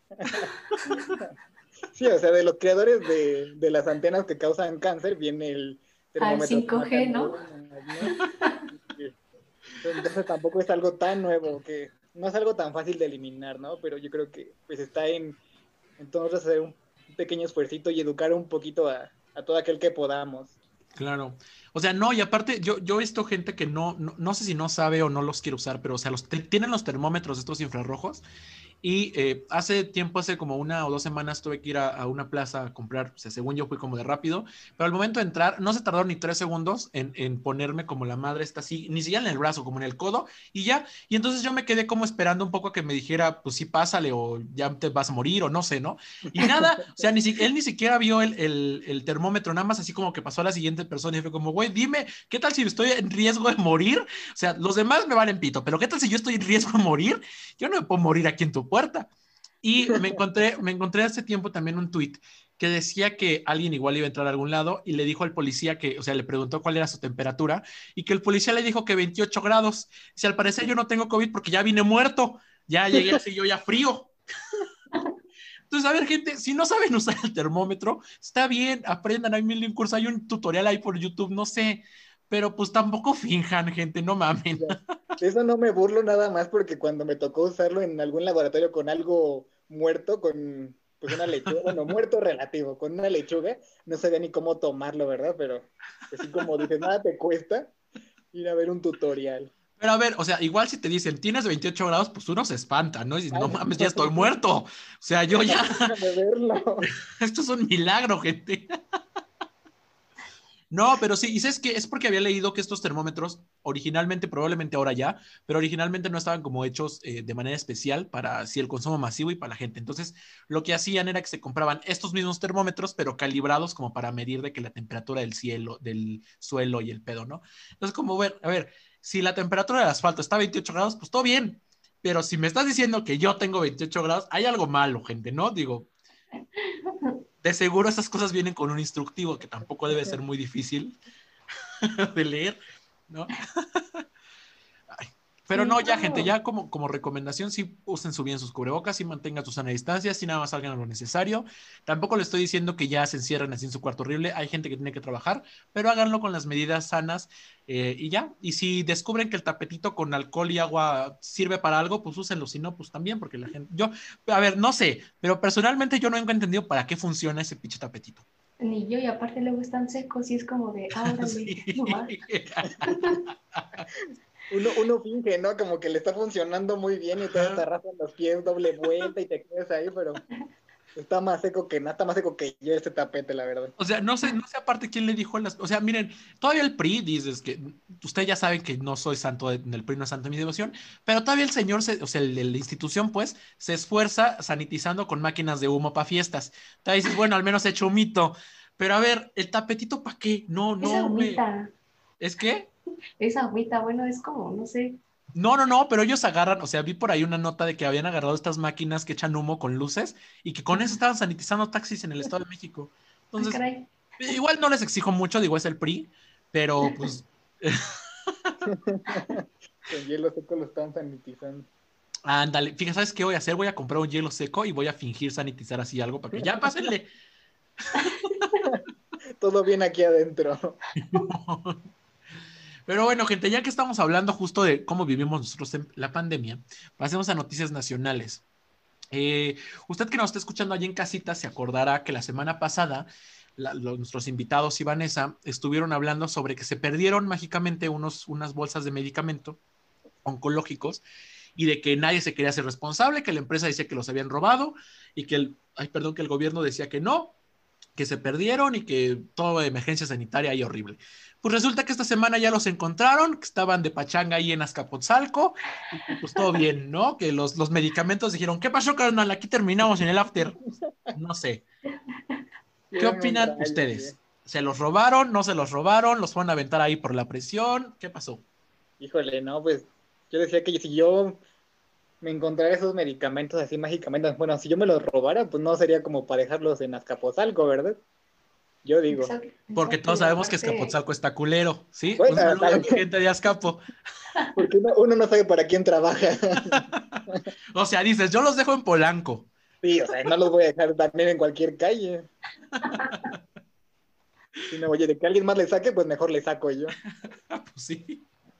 [SPEAKER 3] Sí, o sea, de los creadores de, de las antenas que causan cáncer viene el
[SPEAKER 2] al
[SPEAKER 3] termómetro que
[SPEAKER 2] cinco
[SPEAKER 3] mata
[SPEAKER 2] G, ¿no?
[SPEAKER 3] neuronas, ¿no? Entonces tampoco es algo tan nuevo, que no es algo tan fácil de eliminar, ¿no? Pero yo creo que pues está en, entonces hacer un pequeño esfuercito y educar un poquito a, a todo aquel que podamos.
[SPEAKER 1] Claro. O sea, no, y aparte, yo, yo he visto gente que no, no, no sé si no sabe o no los quiere usar, pero o sea, los te- tienen los termómetros estos infrarrojos. Y eh, hace tiempo, hace como una o dos semanas, tuve que ir a, a una plaza a comprar, o sea, según yo fui como de rápido, pero al momento de entrar, no se tardaron ni tres segundos en, en ponerme como la madre está así, ni siquiera en el brazo, como en el codo, y ya. Y entonces yo me quedé como esperando un poco a que me dijera, pues sí, pásale, o ya te vas a morir, o no sé, ¿no? Y nada, o sea, ni si, él ni siquiera vio el, el, el termómetro, nada más así como que pasó a la siguiente persona y fue como, güey, dime, ¿qué tal si estoy en riesgo de morir? O sea, los demás me valen pito, pero ¿qué tal si yo estoy en riesgo de morir? Yo no me puedo morir aquí en tu puerta. Y me encontré, me encontré hace tiempo también un tuit que decía que alguien igual iba a entrar a algún lado y le dijo al policía que, o sea, le preguntó cuál era su temperatura y que el policía le dijo que veintiocho grados. Si al parecer yo no tengo COVID porque ya vine muerto, ya llegué así yo ya frío. Entonces, a ver, gente, si no saben usar el termómetro, está bien, aprendan, hay mil cursos, hay un tutorial ahí por YouTube, no sé, pero pues tampoco finjan, gente, no mamen.
[SPEAKER 3] Ya. De eso no me burlo nada más porque cuando me tocó usarlo en algún laboratorio con algo muerto, con pues una lechuga, bueno, muerto relativo, con una lechuga, no sabía ni cómo tomarlo, ¿verdad? Pero así como dices, nada te cuesta ir a ver un tutorial.
[SPEAKER 1] Pero a ver, o sea, igual si te dicen tienes veintiocho grados, pues uno se espanta, ¿no? Y dices, no
[SPEAKER 3] Ay,
[SPEAKER 1] mames, ya
[SPEAKER 3] no,
[SPEAKER 1] estoy muerto. O sea, yo ya,
[SPEAKER 3] déjame verlo.
[SPEAKER 1] esto es un milagro, gente. No, pero sí, y sabes que es porque había leído que estos termómetros originalmente, probablemente ahora ya, pero originalmente no estaban como hechos eh, de manera especial para así el consumo masivo y para la gente. Entonces, lo que hacían era que se compraban estos mismos termómetros, pero calibrados como para medir de que la temperatura del cielo, del suelo y el pedo, ¿no? Entonces, como ver, a ver, si la temperatura del asfalto está a veintiocho grados, pues todo bien. Pero si me estás diciendo que yo tengo veintiocho grados, hay algo malo, gente, ¿no? Digo, de seguro esas cosas vienen con un instructivo que tampoco debe ser muy difícil de leer, ¿no? Ay, pero
[SPEAKER 2] Sí,
[SPEAKER 1] no, ya, gente,
[SPEAKER 2] claro.
[SPEAKER 1] ya como, como recomendación, sí usen su bien sus cubrebocas, sí mantengan su sana distancia, sí nada más salgan a lo necesario. Tampoco le estoy diciendo que ya se encierren así en su cuarto horrible, hay gente que tiene que trabajar, pero háganlo con las medidas sanas eh, y ya. Y si descubren que el tapetito con alcohol y agua sirve para algo, pues úsenlo, si no, pues también, porque la gente, yo, a ver, no sé, pero personalmente yo no he entendido para qué funciona ese pinche tapetito.
[SPEAKER 2] Ni yo, y aparte luego están secos y es como de, ah, órale,
[SPEAKER 1] Sí.
[SPEAKER 2] no más.
[SPEAKER 3] Uno, uno finge, ¿no? Como que le está funcionando muy bien y todavía te arrastran los pies doble vuelta y te quedas ahí, pero está más seco que nada, está más seco que yo este tapete, la verdad.
[SPEAKER 1] O sea, no sé, no sé aparte quién le dijo las. O sea, miren, todavía el P R I dices que. Ustedes ya saben que no soy santo, de, el P R I no es santo de mi devoción, pero todavía el señor, se, o sea, el de la institución, pues, se esfuerza sanitizando con máquinas de humo para fiestas. Todavía dices, bueno, al menos he hecho un mito. Pero a ver, ¿el tapetito para qué? No,
[SPEAKER 2] Esa
[SPEAKER 1] no me.
[SPEAKER 2] agüita,
[SPEAKER 1] ¿Es que?
[SPEAKER 2] esa agüita, bueno, es como, no sé.
[SPEAKER 1] No, no, no, pero ellos agarran, o sea, vi por ahí una nota de que habían agarrado estas máquinas que echan humo con luces y que con eso
[SPEAKER 2] Ajá.
[SPEAKER 1] estaban sanitizando taxis en el Estado de México.
[SPEAKER 2] Ah,
[SPEAKER 1] Entonces,
[SPEAKER 2] caray.
[SPEAKER 1] igual no les exijo mucho, digo, es el P R I, pero pues,
[SPEAKER 3] Con hielo seco lo están sanitizando.
[SPEAKER 1] ándale, fíjate, ¿sabes qué voy a hacer? Voy a comprar un hielo seco y voy a fingir sanitizar así algo para que ya pásenle.
[SPEAKER 3] Todo bien aquí adentro.
[SPEAKER 1] Pero bueno, gente, ya que estamos hablando justo de cómo vivimos nosotros en la pandemia, pasemos a noticias nacionales. Eh, usted que nos está escuchando allí en casita se acordará que la semana pasada la, los, nuestros invitados y Vanessa estuvieron hablando sobre que se perdieron mágicamente unos, unas bolsas de medicamento oncológicos y de que nadie se quería hacer responsable, que la empresa decía que los habían robado y que el, ay, perdón, que el gobierno decía que no, que se perdieron y que toda emergencia sanitaria ahí horrible. Pues resulta que esta semana ya los encontraron, que estaban de pachanga ahí en Azcapotzalco, y pues todo bien, ¿no? Que los, los medicamentos dijeron, ¿qué pasó, carnal? Aquí terminamos en el after. No sé. ¿Qué
[SPEAKER 3] Dieron un
[SPEAKER 1] opinan
[SPEAKER 3] rayo, sí.
[SPEAKER 1] ustedes? ¿Se los robaron? ¿No se los robaron? ¿Los fueron a aventar ahí por la presión? ¿Qué pasó?
[SPEAKER 3] Híjole, no, pues yo decía que si yo me encontrara esos medicamentos así mágicamente, bueno, si yo me los robara, pues no sería como para dejarlos en Azcapotzalco, ¿verdad? Yo digo.
[SPEAKER 2] Exacto,
[SPEAKER 1] Porque
[SPEAKER 2] exacto,
[SPEAKER 1] todos
[SPEAKER 2] y
[SPEAKER 1] sabemos que
[SPEAKER 2] aparte,
[SPEAKER 1] Azcapotzalco está culero, ¿sí? Un
[SPEAKER 3] Bueno,
[SPEAKER 1] saludo a mi
[SPEAKER 3] tal-
[SPEAKER 1] gente de Azcapo.
[SPEAKER 3] porque uno, uno no sabe para quién trabaja.
[SPEAKER 1] O sea, dices, yo los dejo en Polanco.
[SPEAKER 3] Sí, o sea, no los voy a dejar también en cualquier calle. Si no, oye, de que alguien más le saque, pues mejor le saco yo.
[SPEAKER 1] Pues sí.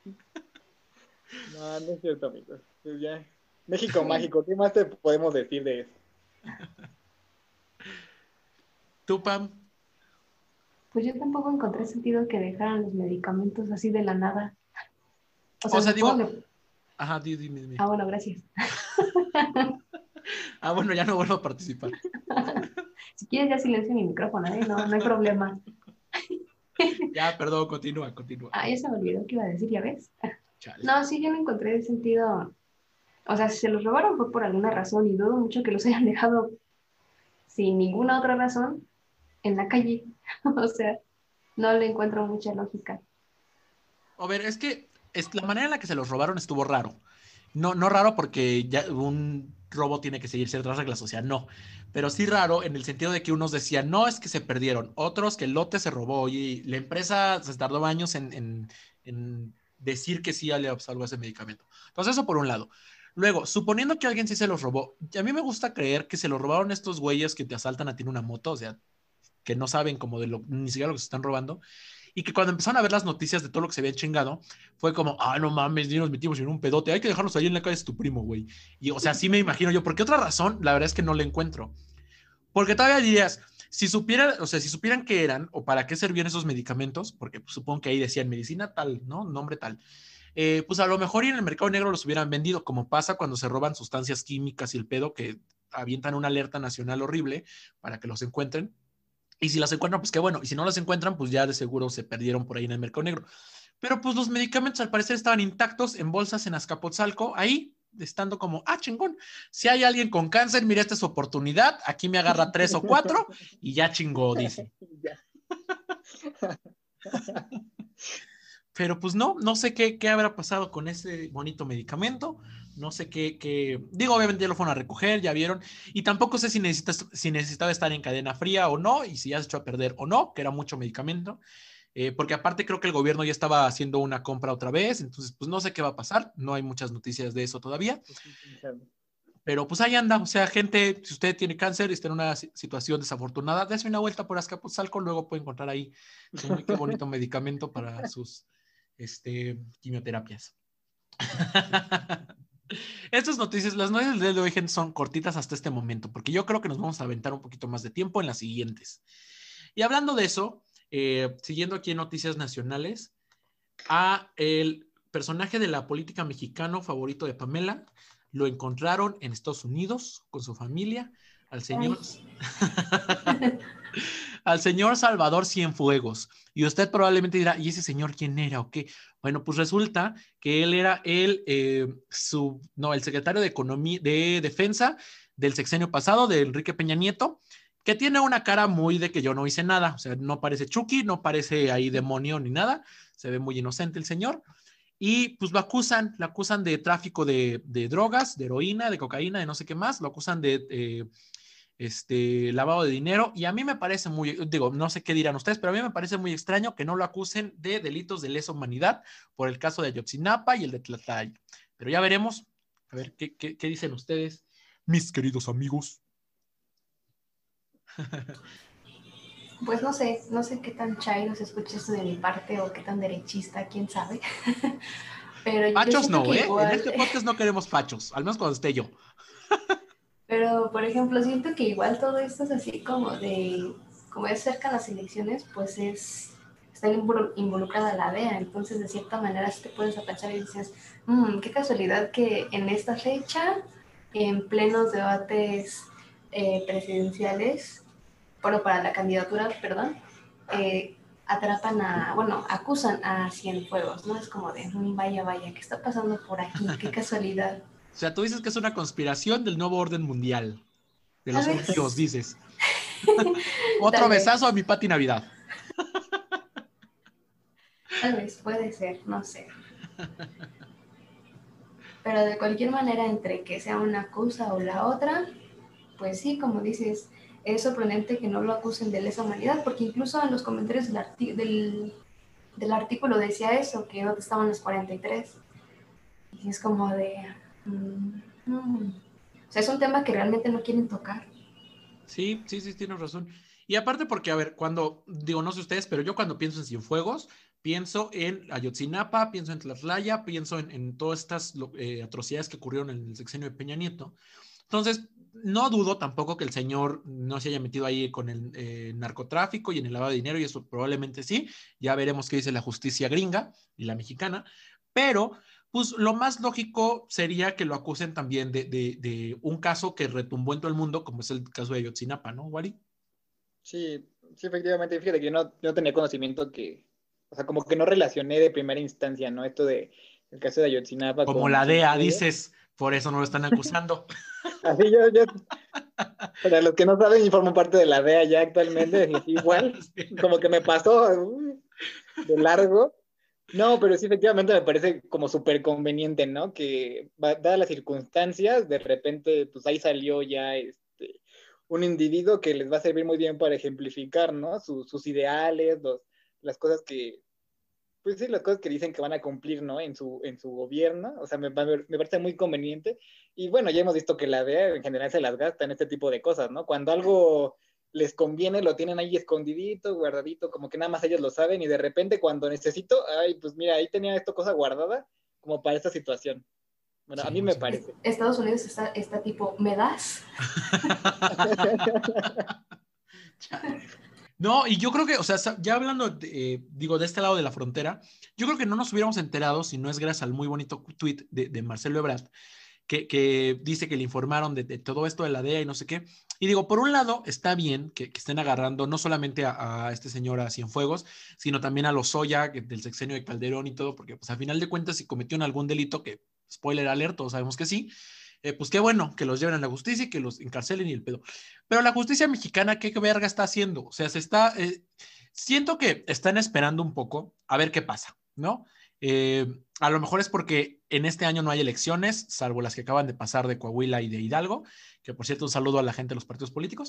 [SPEAKER 3] No, no es cierto, amigos. Pues ya. México mágico, ¿qué más te podemos decir de eso?
[SPEAKER 1] ¿Tú, Pam?
[SPEAKER 2] pues yo tampoco encontré sentido que dejaran los medicamentos así de la nada. O
[SPEAKER 1] O
[SPEAKER 2] sea,
[SPEAKER 1] sea,
[SPEAKER 2] supongo
[SPEAKER 1] digo,
[SPEAKER 2] que...
[SPEAKER 1] ajá, dime, dime, dime.
[SPEAKER 2] Ah, bueno, gracias.
[SPEAKER 1] Ah, bueno, ya no vuelvo a participar.
[SPEAKER 2] Si quieres ya silencio mi micrófono, ¿eh? No, no hay problema.
[SPEAKER 1] Ya, perdón, continúa, continúa.
[SPEAKER 2] Ah, ya se me olvidó qué iba a decir, ¿ya ves?
[SPEAKER 1] Chale.
[SPEAKER 2] No, sí, yo no encontré sentido. O sea, si se los robaron fue por alguna razón y dudo mucho que los hayan dejado sin ninguna otra razón en la calle. O sea, no le encuentro mucha lógica.
[SPEAKER 1] A ver, es que es, la manera en la que se los robaron estuvo raro. No, no raro porque ya un robo tiene que seguir ciertas reglas, o sea, no. Pero sí raro en el sentido de que unos decían, no, es que se perdieron. Otros que el lote se robó y la empresa se tardó años en, en, en decir que sí le absorbió ese medicamento. Entonces, eso por un lado. Luego, suponiendo que alguien sí se los robó, a mí me gusta creer que se los robaron estos güeyes que te asaltan a ti en una moto, o sea, que no saben como de lo, ni siquiera lo que se están robando, y que cuando empezaron a ver las noticias de todo lo que se había chingado, fue como, ah, no mames, ni nos metimos en un pedote, hay que dejarlos ahí en la calle, es tu primo, güey. Y, o sea, sí me imagino yo, ¿por qué otra razón? La verdad es que no le encuentro. Porque todavía dirías, si supieran, o sea, si supieran qué eran o para qué servían esos medicamentos, porque pues, supongo que ahí decían medicina tal, ¿no? Nombre tal. Eh, pues a lo mejor y en el mercado negro los hubieran vendido, como pasa cuando se roban sustancias químicas y el pedo que avientan una alerta nacional horrible para que los encuentren Y si las encuentran, pues qué bueno. Y si no las encuentran, pues ya de seguro se perdieron por ahí en el mercado negro. Pero pues los medicamentos al parecer estaban intactos en bolsas en Azcapotzalco, ahí estando como, ah, chingón, si hay alguien con cáncer, mira, esta es su oportunidad, aquí me agarra tres o cuatro y ya chingó, dice. Pero pues no, no sé qué, qué habrá pasado con ese bonito medicamento, no sé qué, qué, digo, obviamente ya lo fueron a recoger, ya vieron, y tampoco sé si, necesitas, si necesitaba estar en cadena fría o no, y si ya se echó a perder o no, que era mucho medicamento. Eh, porque aparte creo que el gobierno ya estaba haciendo una compra otra vez, entonces pues no sé qué va a pasar, no hay muchas noticias de eso todavía, pero pues ahí anda, o sea, gente, si usted tiene cáncer y está en una situación desafortunada, dése una vuelta por Azcapotzalco, luego puede encontrar ahí un qué bonito medicamento para sus este, quimioterapias. Estas noticias, las noticias del día de hoy, gente, son cortitas hasta este momento, porque yo creo que nos vamos a aventar un poquito más de tiempo en las siguientes. Y hablando de eso, Eh, siguiendo aquí en noticias nacionales, a el personaje de la política mexicano favorito de Pamela lo encontraron en Estados Unidos con su familia, al señor al señor Salvador Cienfuegos. Y usted probablemente dirá, ¿y ese señor quién era o qué? Bueno, pues resulta que él era el, eh, su, no, el secretario de Economía, de Defensa del sexenio pasado, de Enrique Peña Nieto, que tiene una cara muy de que yo no hice nada, o sea, no parece Chucky, no parece ahí demonio ni nada, se ve muy inocente el señor, y pues lo acusan, lo acusan de tráfico de, de drogas, de heroína, de cocaína, de no sé qué más, lo acusan de eh, este, lavado de dinero, y a mí me parece muy, digo, no sé qué dirán ustedes, pero a mí me parece muy extraño que no lo acusen de delitos de lesa humanidad por el caso de Ayotzinapa y el de Tlatlaya, pero ya veremos, a ver, ¿qué, qué, qué dicen ustedes, mis queridos amigos?
[SPEAKER 2] Pues no sé, no sé qué tan chairo se escucha esto de mi parte o qué tan derechista, quién sabe. Pero
[SPEAKER 1] fachos no, ¿eh?
[SPEAKER 2] Igual...
[SPEAKER 1] En este podcast no queremos fachos, al menos cuando esté yo.
[SPEAKER 2] Pero, por ejemplo, siento que igual todo esto es así como de, como es cerca las elecciones, pues es, está involucrada la D E A, entonces de cierta manera si te puedes a pensar y dices, mmm, qué casualidad que en esta fecha, en plenos debates eh, presidenciales, bueno, para la candidatura, perdón, eh, atrapan a, bueno, acusan a Cienfuegos, ¿no? Es como de, mmm, vaya, vaya, ¿qué está pasando por aquí? Qué casualidad.
[SPEAKER 1] O sea, tú dices que es una conspiración del nuevo orden mundial. De los judíos, dices. Otro besazo a mi Pati Navidad.
[SPEAKER 2] Tal vez, puede ser, no sé. Pero de cualquier manera, entre que sea una cosa o la otra, pues sí, como dices, es sorprendente que no lo acusen de lesa humanidad, porque incluso en los comentarios del, arti del, del artículo decía eso, que no estaban los cuarenta y tres. Y es como de... Mm, mm. O sea, es un tema que realmente no quieren tocar.
[SPEAKER 1] Sí, sí, sí, tienes razón. Y aparte porque, a ver, cuando, digo, no sé ustedes, pero yo cuando pienso en Cienfuegos, pienso en Ayotzinapa, pienso en Tlatlaya, pienso en, en todas estas eh, atrocidades que ocurrieron en el sexenio de Peña Nieto. Entonces, no dudo tampoco que el señor no se haya metido ahí con el eh, narcotráfico y en el lavado de dinero, y eso probablemente sí. Ya veremos qué dice la justicia gringa y la mexicana, pero pues lo más lógico sería que lo acusen también de, de, de un caso que retumbó en todo el mundo, como es el caso de Ayotzinapa, ¿no, Wari?
[SPEAKER 3] Sí, sí, efectivamente. Fíjate que yo no, yo no tenía conocimiento que, o sea, como que no relacioné de primera instancia, ¿no? Esto de el caso de Ayotzinapa.
[SPEAKER 1] Como
[SPEAKER 3] con
[SPEAKER 1] la D E A, dices, por eso no lo están acusando.
[SPEAKER 3] Así yo, yo, para los que no saben, y formo parte de la D E A ya actualmente, igual, sí. Como que me pasó uh, de largo. No, pero sí, efectivamente me parece como súper conveniente, ¿no? Que, dadas las circunstancias, de repente, pues ahí salió ya este, un individuo que les va a servir muy bien para ejemplificar, ¿no? Sus, sus ideales, los, las cosas que, pues sí, las cosas que dicen que van a cumplir, ¿no? En su, en su gobierno, o sea, me, me parece muy conveniente. Y bueno, ya hemos visto que la D E A en general se las gasta en este tipo de cosas, ¿no? Cuando algo les conviene, lo tienen ahí escondidito, guardadito, como que nada más ellos lo saben, y de repente cuando necesito, ay, pues mira, ahí tenía esto cosa guardada, como para esta situación. Bueno, sí, a mí me sí. parece.
[SPEAKER 2] Estados Unidos está, está tipo, ¿me das?
[SPEAKER 1] No, y yo creo que, o sea, ya hablando, de, eh, digo, de este lado de la frontera, yo creo que no nos hubiéramos enterado, si no es gracias al muy bonito tweet de, de Marcelo Ebrard, que, que dice que le informaron de, de todo esto de la D E A y no sé qué. Y digo, por un lado, está bien que, que estén agarrando no solamente a, a este señor a Cienfuegos, sino también a Lozoya, que, del sexenio de Calderón y todo, porque pues a final de cuentas, si cometieron algún delito, que spoiler alert, todos sabemos que sí, eh, pues qué bueno que los lleven a la justicia y que los encarcelen y el pedo. Pero la justicia mexicana, ¿qué verga está haciendo? O sea, se está... Eh, siento que están esperando un poco a ver qué pasa, ¿no? Eh, a lo mejor es porque en este año no hay elecciones, salvo las que acaban de pasar de Coahuila y de Hidalgo, que por cierto un saludo a la gente de los partidos políticos,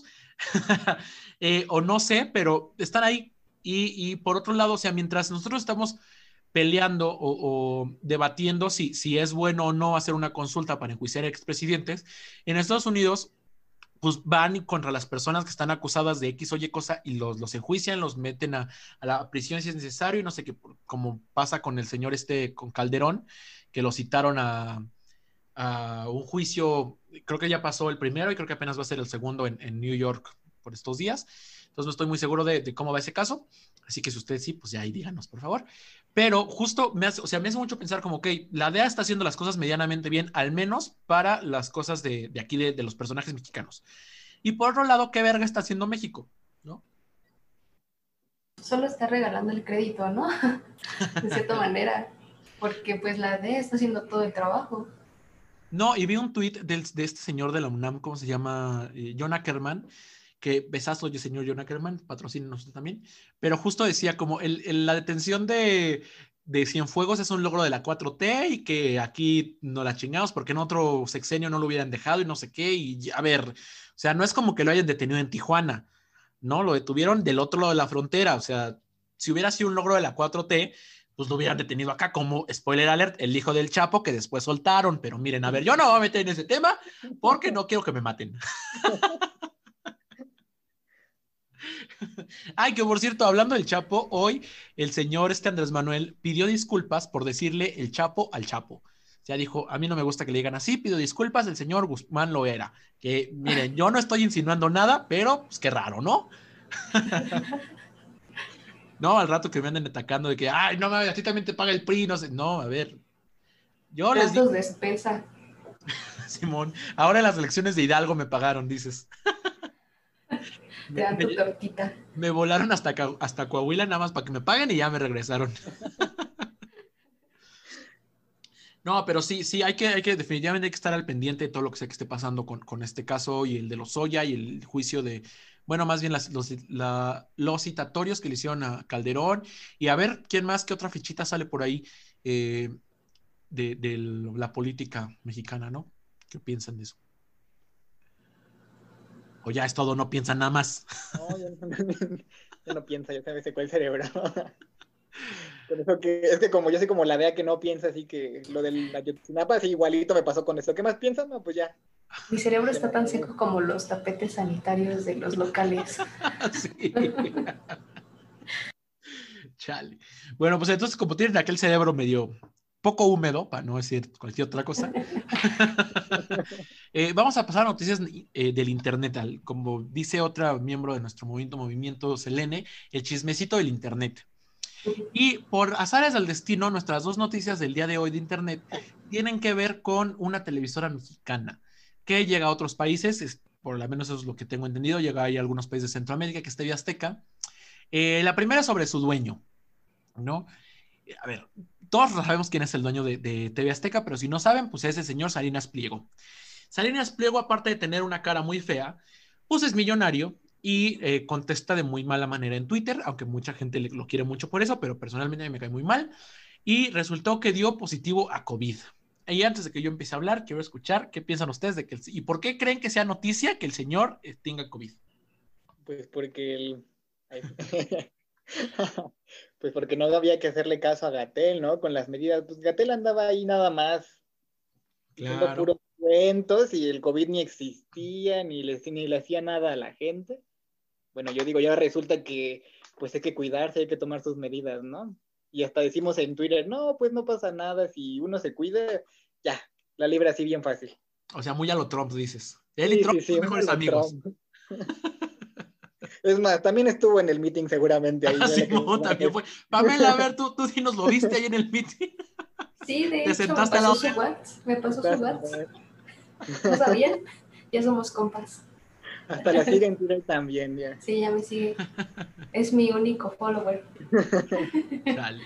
[SPEAKER 1] eh, o no sé, pero están ahí. Y, y por otro lado, o sea, mientras nosotros estamos peleando o, o debatiendo si, si es bueno o no hacer una consulta para enjuiciar a expresidentes, en Estados Unidos pues van contra las personas que están acusadas de X o Y cosa y los, los enjuician, los meten a, a la prisión si es necesario y no sé qué, como pasa con el señor este, con Calderón, que lo citaron a, a un juicio, creo que ya pasó el primero y creo que apenas va a ser el segundo en, en New York por estos días. Entonces no estoy muy seguro de, de cómo va ese caso, así que si ustedes sí, pues ya ahí díganos, por favor. Pero justo me hace, o sea, me hace mucho pensar como, ok, la D E A está haciendo las cosas medianamente bien, al menos para las cosas de, de aquí, de, de los personajes mexicanos. Y por otro lado, ¿qué verga está haciendo México? ¿No?
[SPEAKER 2] Solo está regalando el crédito, ¿no? De cierta manera, porque pues la D E A está haciendo todo el trabajo.
[SPEAKER 1] No, y vi un tuit de este señor de la UNAM, ¿cómo se llama? Eh, John Ackerman, que besazo, yo señor John Ackerman, patrocínenos usted también, pero justo decía como el, el, la detención de, de Cienfuegos es un logro de la cuatro T y que aquí no la chingamos porque en otro sexenio no lo hubieran dejado y no sé qué, y a ver, o sea, no es como que lo hayan detenido en Tijuana, ¿no? Lo detuvieron del otro lado de la frontera, o sea, si hubiera sido un logro de la cuatro T, pues lo hubieran detenido acá como, spoiler alert, el hijo del Chapo que después soltaron, pero miren, a ver, yo no me voy a meter en ese tema porque no quiero que me maten. Ay, que por cierto, hablando del Chapo, hoy el señor este Andrés Manuel pidió disculpas por decirle el Chapo al Chapo. Ya dijo, a mí no me gusta que le digan así, pido disculpas, el señor Guzmán lo era. Que miren, yo no estoy insinuando nada, pero pues qué raro, ¿no? No, al rato que me anden atacando de que, ay, no mames, a ti también te paga el P R I, no sé. No, a ver. Yo les digo.
[SPEAKER 2] Despesa.
[SPEAKER 1] Simón, ahora en las elecciones de Hidalgo me pagaron, dices.
[SPEAKER 2] Te dan tu tortita.
[SPEAKER 1] Me volaron hasta, hasta Coahuila nada más para que me paguen y ya me regresaron. No, pero sí, sí, hay que, hay que, definitivamente hay que estar al pendiente de todo lo que sea que esté pasando con, con este caso y el de Lozoya y el juicio de, bueno, más bien las, los, la, los citatorios que le hicieron a Calderón y a ver quién más, qué otra fichita sale por ahí eh, de, de la política mexicana, ¿no? ¿Qué piensan de eso? O ya es todo, no piensan nada más.
[SPEAKER 3] No, ya no, ya no piensa, ya sabes cuál cerebro. Con eso que, es que como yo soy como la D E A que no piensa, así que lo del Ayotzinapa, así igualito me pasó con eso. ¿Qué más piensas? No, pues ya.
[SPEAKER 2] Mi cerebro está tan seco como los tapetes sanitarios de los locales.
[SPEAKER 1] Sí. Chale. Bueno, pues entonces como tienen aquel cerebro medio poco húmedo, para no decir cualquier otra cosa, eh, vamos a pasar a noticias eh, del internet, al, como dice otra miembro de nuestro movimiento, Movimiento Selene, el chismecito del internet. Y por azares del destino, nuestras dos noticias del día de hoy de internet tienen que ver con una televisora mexicana que llega a otros países, es, por lo menos eso es lo que tengo entendido, llega ahí a algunos países de Centroamérica, que es T V Azteca. Eh, la primera sobre su dueño, ¿no? A ver, todos sabemos quién es el dueño de, de T V Azteca, pero si no saben, pues es el señor Salinas Pliego. Salinas Pliego, aparte de tener una cara muy fea, pues es millonario y eh, contesta de muy mala manera en Twitter, aunque mucha gente le, lo quiere mucho por eso, pero personalmente a mí me cae muy mal. Y resultó que dio positivo a COVID. Y antes de que yo empiece a hablar, quiero escuchar qué piensan ustedes de que el, y por qué creen que sea noticia que el señor eh, tenga COVID.
[SPEAKER 3] Pues porque el... pues porque no había que hacerle caso a Gatell, ¿no? Con las medidas, pues Gatell andaba ahí nada más diciendo
[SPEAKER 1] Claro.
[SPEAKER 3] puros cuentos y el COVID ni existía, ni le, ni le hacía nada a la gente. Bueno, yo digo, ya resulta que pues hay que cuidarse, hay que tomar sus medidas, ¿no? Y hasta decimos en Twitter, no, pues no pasa nada, si uno se cuida, ya, la libra así bien fácil.
[SPEAKER 1] O sea, muy a lo Trump, dices. Él
[SPEAKER 3] sí,
[SPEAKER 1] y Trump
[SPEAKER 3] sí, sí,
[SPEAKER 1] son mejores amigos.
[SPEAKER 3] Es más, también estuvo en el meeting seguramente. Ahí,
[SPEAKER 1] sí, no, también fue. Pamela, a ver, tú, tú sí nos lo viste ahí en el meeting.
[SPEAKER 2] Sí, de
[SPEAKER 1] Te
[SPEAKER 2] hecho, me
[SPEAKER 1] sentaste
[SPEAKER 2] pasó
[SPEAKER 1] al
[SPEAKER 2] su
[SPEAKER 1] lado.
[SPEAKER 2] WhatsApp, me pasó su WhatsApp. ¿No sabían? Ya somos compas.
[SPEAKER 3] Hasta la sigue en Twitter también, ya.
[SPEAKER 2] Sí, ya me sigue. Es mi único follower.
[SPEAKER 1] Dale.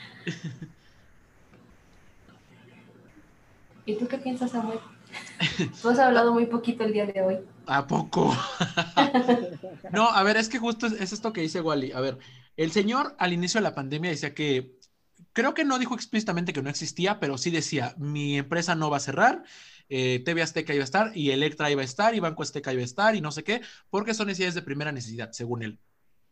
[SPEAKER 2] ¿Y tú qué piensas, Samuel? Tú has hablado muy poquito el día de hoy.
[SPEAKER 1] ¿A poco? No, a ver, es que justo es, es esto que dice Wally. A ver, el señor al inicio de la pandemia decía que, creo que no dijo explícitamente que no existía, pero sí decía, mi empresa no va a cerrar, eh, T V Azteca iba a estar, y Electra iba a estar, y Banco Azteca iba a estar, y no sé qué, porque son necesidades de primera necesidad, según él.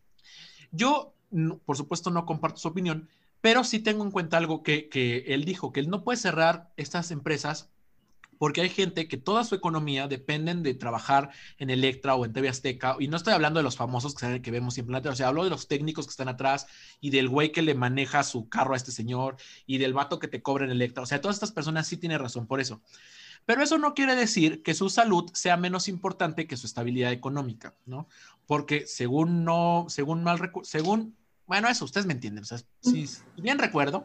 [SPEAKER 1] Yo, no, por supuesto, no comparto su opinión, pero sí tengo en cuenta algo que, que él dijo, que él no puede cerrar estas empresas porque hay gente que toda su economía dependen de trabajar en Electra o en T V Azteca, y no estoy hablando de los famosos que, que vemos siempre en la tele, o sea, hablo de los técnicos que están atrás y del güey que le maneja su carro a este señor y del vato que te cobra en Electra, o sea, todas estas personas sí tienen razón por eso. Pero eso no quiere decir que su salud sea menos importante que su estabilidad económica, ¿no? Porque según no, según mal, según, bueno, eso, ustedes me entienden, o sea, si bien recuerdo,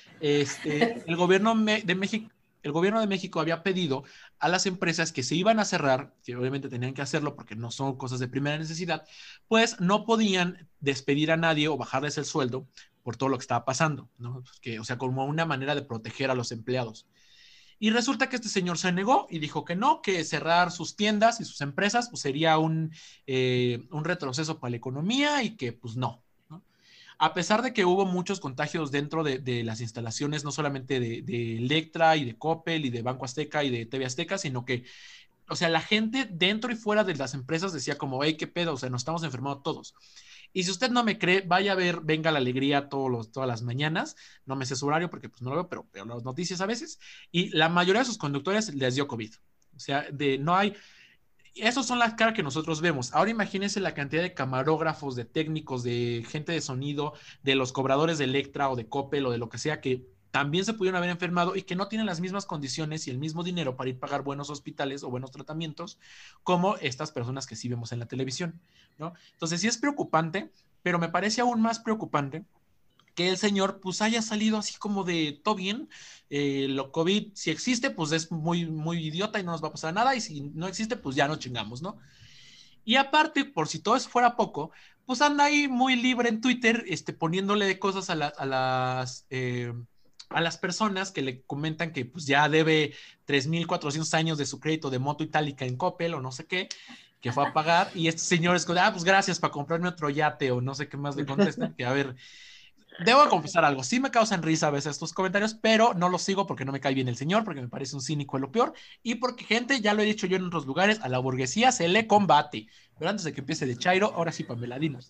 [SPEAKER 1] este, el gobierno de México, el gobierno de México había pedido a las empresas que se iban a cerrar, que obviamente tenían que hacerlo porque no son cosas de primera necesidad, pues no podían despedir a nadie o bajarles el sueldo por todo lo que estaba pasando, ¿no? Que, o sea, como una manera de proteger a los empleados. Y resulta que este señor se negó y dijo que no, que cerrar sus tiendas y sus empresas pues sería un, eh, un retroceso para la economía y que pues no, ¿no? A pesar de que hubo muchos contagios dentro de, de las instalaciones, no solamente de, de Electra y de Coppel y de Banco Azteca y de T V Azteca, sino que, o sea, la gente dentro y fuera de las empresas decía como, hey, qué pedo, o sea, nos estamos enfermando todos. Y si usted no me cree, vaya a ver Venga la Alegría todos los, todas las mañanas. No me sé su horario porque pues no lo veo, pero veo las noticias a veces. Y la mayoría de sus conductores les dio COVID. O sea, de, no hay... Esas son las caras que nosotros vemos. Ahora imagínense la cantidad de camarógrafos, de técnicos, de gente de sonido, de los cobradores de Electra o de Coppel o de lo que sea que también se pudieron haber enfermado y que no tienen las mismas condiciones y el mismo dinero para ir a pagar buenos hospitales o buenos tratamientos como estas personas que sí vemos en la televisión, ¿no? Entonces sí es preocupante, pero me parece aún más preocupante que el señor pues haya salido así como de todo bien, eh, lo COVID si existe pues es muy, muy idiota y no nos va a pasar nada, y si no existe pues ya no chingamos, ¿no? Y aparte, por si todo eso fuera poco, pues anda ahí muy libre en Twitter, este, poniéndole cosas a, la, a las... Eh, a las personas que le comentan que pues ya debe tres mil cuatrocientos años de su crédito de moto itálica en Coppel o no sé qué, que fue a pagar, y este señor es como, ah, pues gracias para comprarme otro yate o no sé qué más le contestan, que a ver, debo confesar algo, sí me causan risa a veces estos comentarios, pero no los sigo porque no me cae bien el señor, porque me parece un cínico de lo peor, y porque gente, ya lo he dicho yo en otros lugares, a la burguesía se le combate. Pero antes de que empiece de Chairo, ahora sí, Pamela, dinos.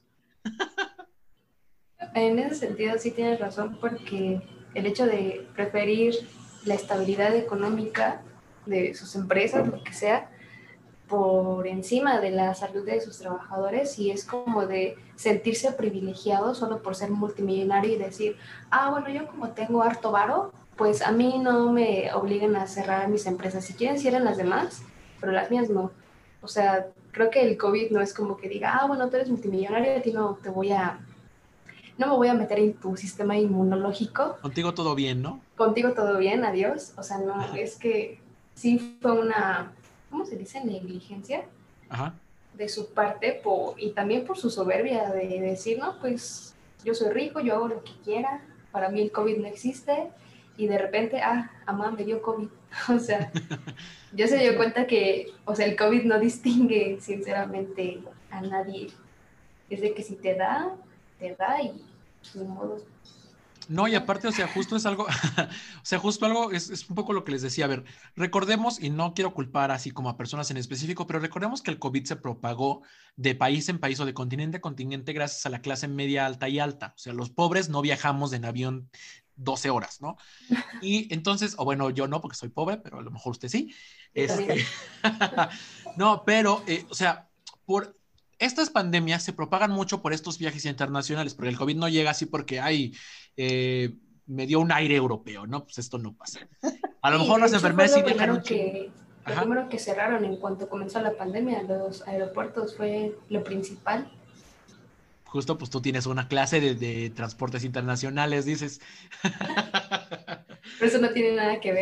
[SPEAKER 2] En ese sentido sí tienes razón, porque el hecho de preferir la estabilidad económica de sus empresas, lo que sea, por encima de la salud de sus trabajadores, y es como de sentirse privilegiado solo por ser multimillonario y decir, ah, bueno, yo como tengo harto varo, pues a mí no me obliguen a cerrar mis empresas. Si quieren, cierren las demás, pero las mías no. O sea, creo que el COVID no es como que diga, ah, bueno, tú eres multimillonario, a ti no te voy a, no me voy a meter en tu sistema inmunológico.
[SPEAKER 1] Contigo todo bien, ¿no?
[SPEAKER 2] Contigo todo bien, adiós. O sea, no, es que sí fue una, ¿cómo se dice? Negligencia. Ajá. De su parte, por, y también por su soberbia de decir, no, pues yo soy rico, yo hago lo que quiera, para mí el COVID no existe, y de repente, ah, mamá me dio COVID. O sea, ya se dio cuenta que, o sea, el COVID no distingue sinceramente a nadie. Es de que si te da, te da y de modo.
[SPEAKER 1] No, y aparte, o sea, justo es algo, o sea, justo algo, es, es un poco lo que les decía, a ver, recordemos, y no quiero culpar así como a personas en específico, pero recordemos que el COVID se propagó de país en país o de continente a continente gracias a la clase media alta y alta, o sea, los pobres no viajamos en avión doce horas, ¿no? Y entonces, o bueno, yo no, porque soy pobre, pero a lo mejor usted sí. Este, no, pero, eh, o sea, por... Estas pandemias se propagan mucho por estos viajes internacionales, porque el COVID no llega así porque, ay, eh, me dio un aire europeo, ¿no? Pues esto no pasa. A lo sí, mejor las enfermedades sí viajan un
[SPEAKER 2] que, Lo Ajá. primero que cerraron en cuanto comenzó la pandemia, los aeropuertos, fue lo principal.
[SPEAKER 1] Justo, pues tú tienes una clase de, de transportes internacionales, dices.
[SPEAKER 2] Pero eso no tiene nada que ver.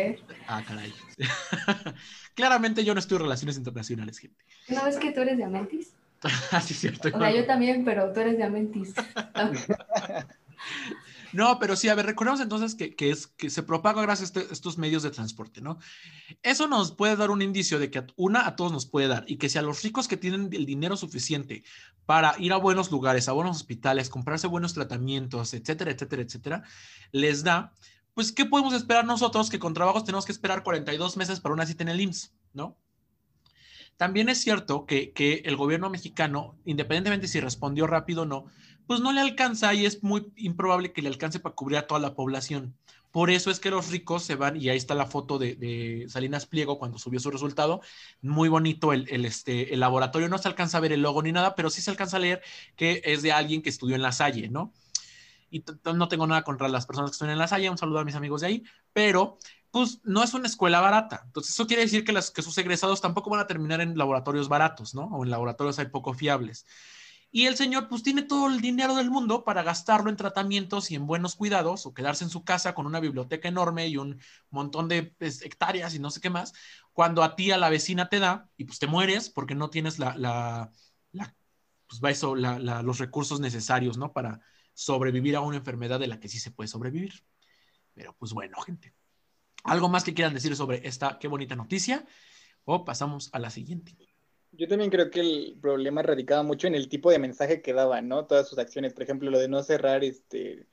[SPEAKER 1] Ah, caray. Claramente yo no estudio relaciones internacionales, gente.
[SPEAKER 2] ¿No ves que tú eres de Amentis?
[SPEAKER 1] Ah, sí, es cierto.
[SPEAKER 2] O sea, yo también, pero tú eres de Amentis.
[SPEAKER 1] No, pero sí, a ver, recordemos entonces que, que, es, que se propaga gracias a este, estos medios de transporte, ¿no? Eso nos puede dar un indicio de que a, una a todos nos puede dar y que si a los ricos que tienen el dinero suficiente para ir a buenos lugares, a buenos hospitales, comprarse buenos tratamientos, etcétera, etcétera, etcétera, les da, pues, ¿qué podemos esperar nosotros que con trabajos tenemos que esperar cuarenta y dos meses para una cita en el I M S S, ¿no? También es cierto que, que el gobierno mexicano, independientemente si respondió rápido o no, pues no le alcanza y es muy improbable que le alcance para cubrir a toda la población. Por eso es que los ricos se van, y ahí está la foto de, de Salinas Pliego cuando subió su resultado, muy bonito el, el, este, el laboratorio, no se alcanza a ver el logo ni nada, pero sí se alcanza a leer que es de alguien que estudió en La Salle, ¿no? Y no tengo nada contra las personas que estudian en La Salle, un saludo a mis amigos de ahí, pero pues no es una escuela barata. Entonces eso quiere decir que, las, que sus egresados tampoco van a terminar en laboratorios baratos, ¿no? O en laboratorios hay poco fiables. Y el señor pues tiene todo el dinero del mundo para gastarlo en tratamientos y en buenos cuidados o quedarse en su casa con una biblioteca enorme y un montón de pues, hectáreas y no sé qué más, cuando a ti, a la vecina te da y pues te mueres porque no tienes la, la, la pues va eso, la, la, los recursos necesarios, ¿no? Para sobrevivir a una enfermedad de la que sí se puede sobrevivir. Pero pues bueno, gente. ¿Algo más que quieran decir sobre esta qué bonita noticia? O pasamos a la siguiente.
[SPEAKER 3] Yo también creo que el problema radicaba mucho en el tipo de mensaje que daban, ¿no? Todas sus acciones, por ejemplo, lo de no cerrar este,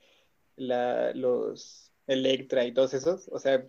[SPEAKER 3] la, los Electra y todos esos, o sea,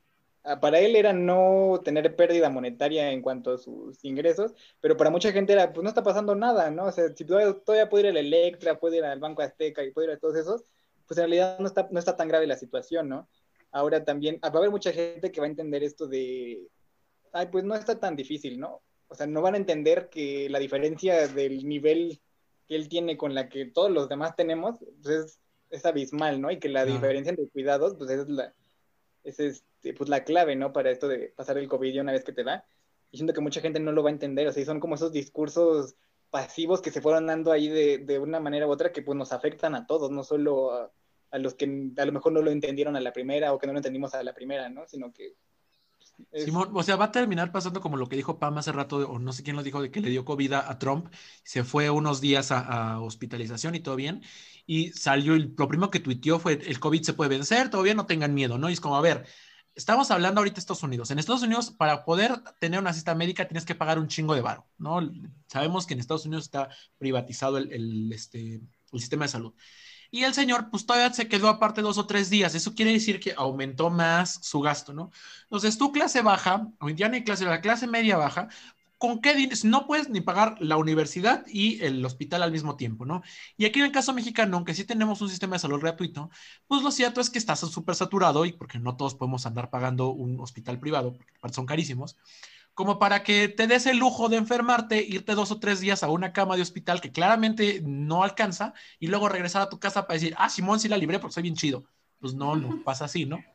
[SPEAKER 3] para él era no tener pérdida monetaria en cuanto a sus ingresos, pero para mucha gente era, pues no está pasando nada, ¿no? O sea, si todavía, todavía puede ir al Electra, puede ir al Banco Azteca y puede ir a todos esos, pues en realidad no está, no está tan grave la situación, ¿no? Ahora también, va a haber mucha gente que va a entender esto de, ay, pues no está tan difícil, ¿no? O sea, no van a entender que la diferencia del nivel que él tiene con la que todos los demás tenemos, pues es, es abismal, ¿no? Y que la
[SPEAKER 1] Claro.
[SPEAKER 3] diferencia entre cuidados, pues es la, es este, pues la clave, ¿no? Para esto de pasar el COVID una vez que te da. Y siento que mucha gente no lo va a entender, o sea, son como esos discursos pasivos que se fueron dando ahí de, de una manera u otra que pues nos afectan a todos, no solo a, a los que a lo mejor no lo entendieron a la primera o que no lo entendimos a la primera, ¿no? Sino que
[SPEAKER 1] Es... Simón, o sea, va a terminar pasando como lo que dijo Pam hace rato, o no sé quién lo dijo, de que le dio COVID a, a Trump, se fue unos días a, a, hospitalización y todo bien, y salió, y lo primero que tuiteó fue, el COVID se puede vencer, todo bien, no tengan miedo, ¿no? Y es como, a ver, estamos hablando ahorita de Estados Unidos. En Estados Unidos, para poder tener una cita médica, tienes que pagar un chingo de varo, ¿no? Sabemos que en Estados Unidos está privatizado el, el, este, el sistema de salud. Y el señor, pues todavía se quedó aparte dos o tres días. Eso quiere decir que aumentó más su gasto, ¿no? Entonces, tú clase baja, o ya ni clase baja, clase media baja, ¿con qué dinero? No puedes ni pagar la universidad y el hospital al mismo tiempo, ¿no? Y aquí en el caso mexicano, aunque sí tenemos un sistema de salud gratuito, pues lo cierto es que estás súper saturado y porque no todos podemos andar pagando un hospital privado, porque son carísimos, como para que te des el lujo de enfermarte, irte dos o tres días a una cama de hospital que claramente no alcanza y luego regresar a tu casa para decir, ah, Simón, sí la libré porque soy bien chido. Pues no, no pasa así, ¿no?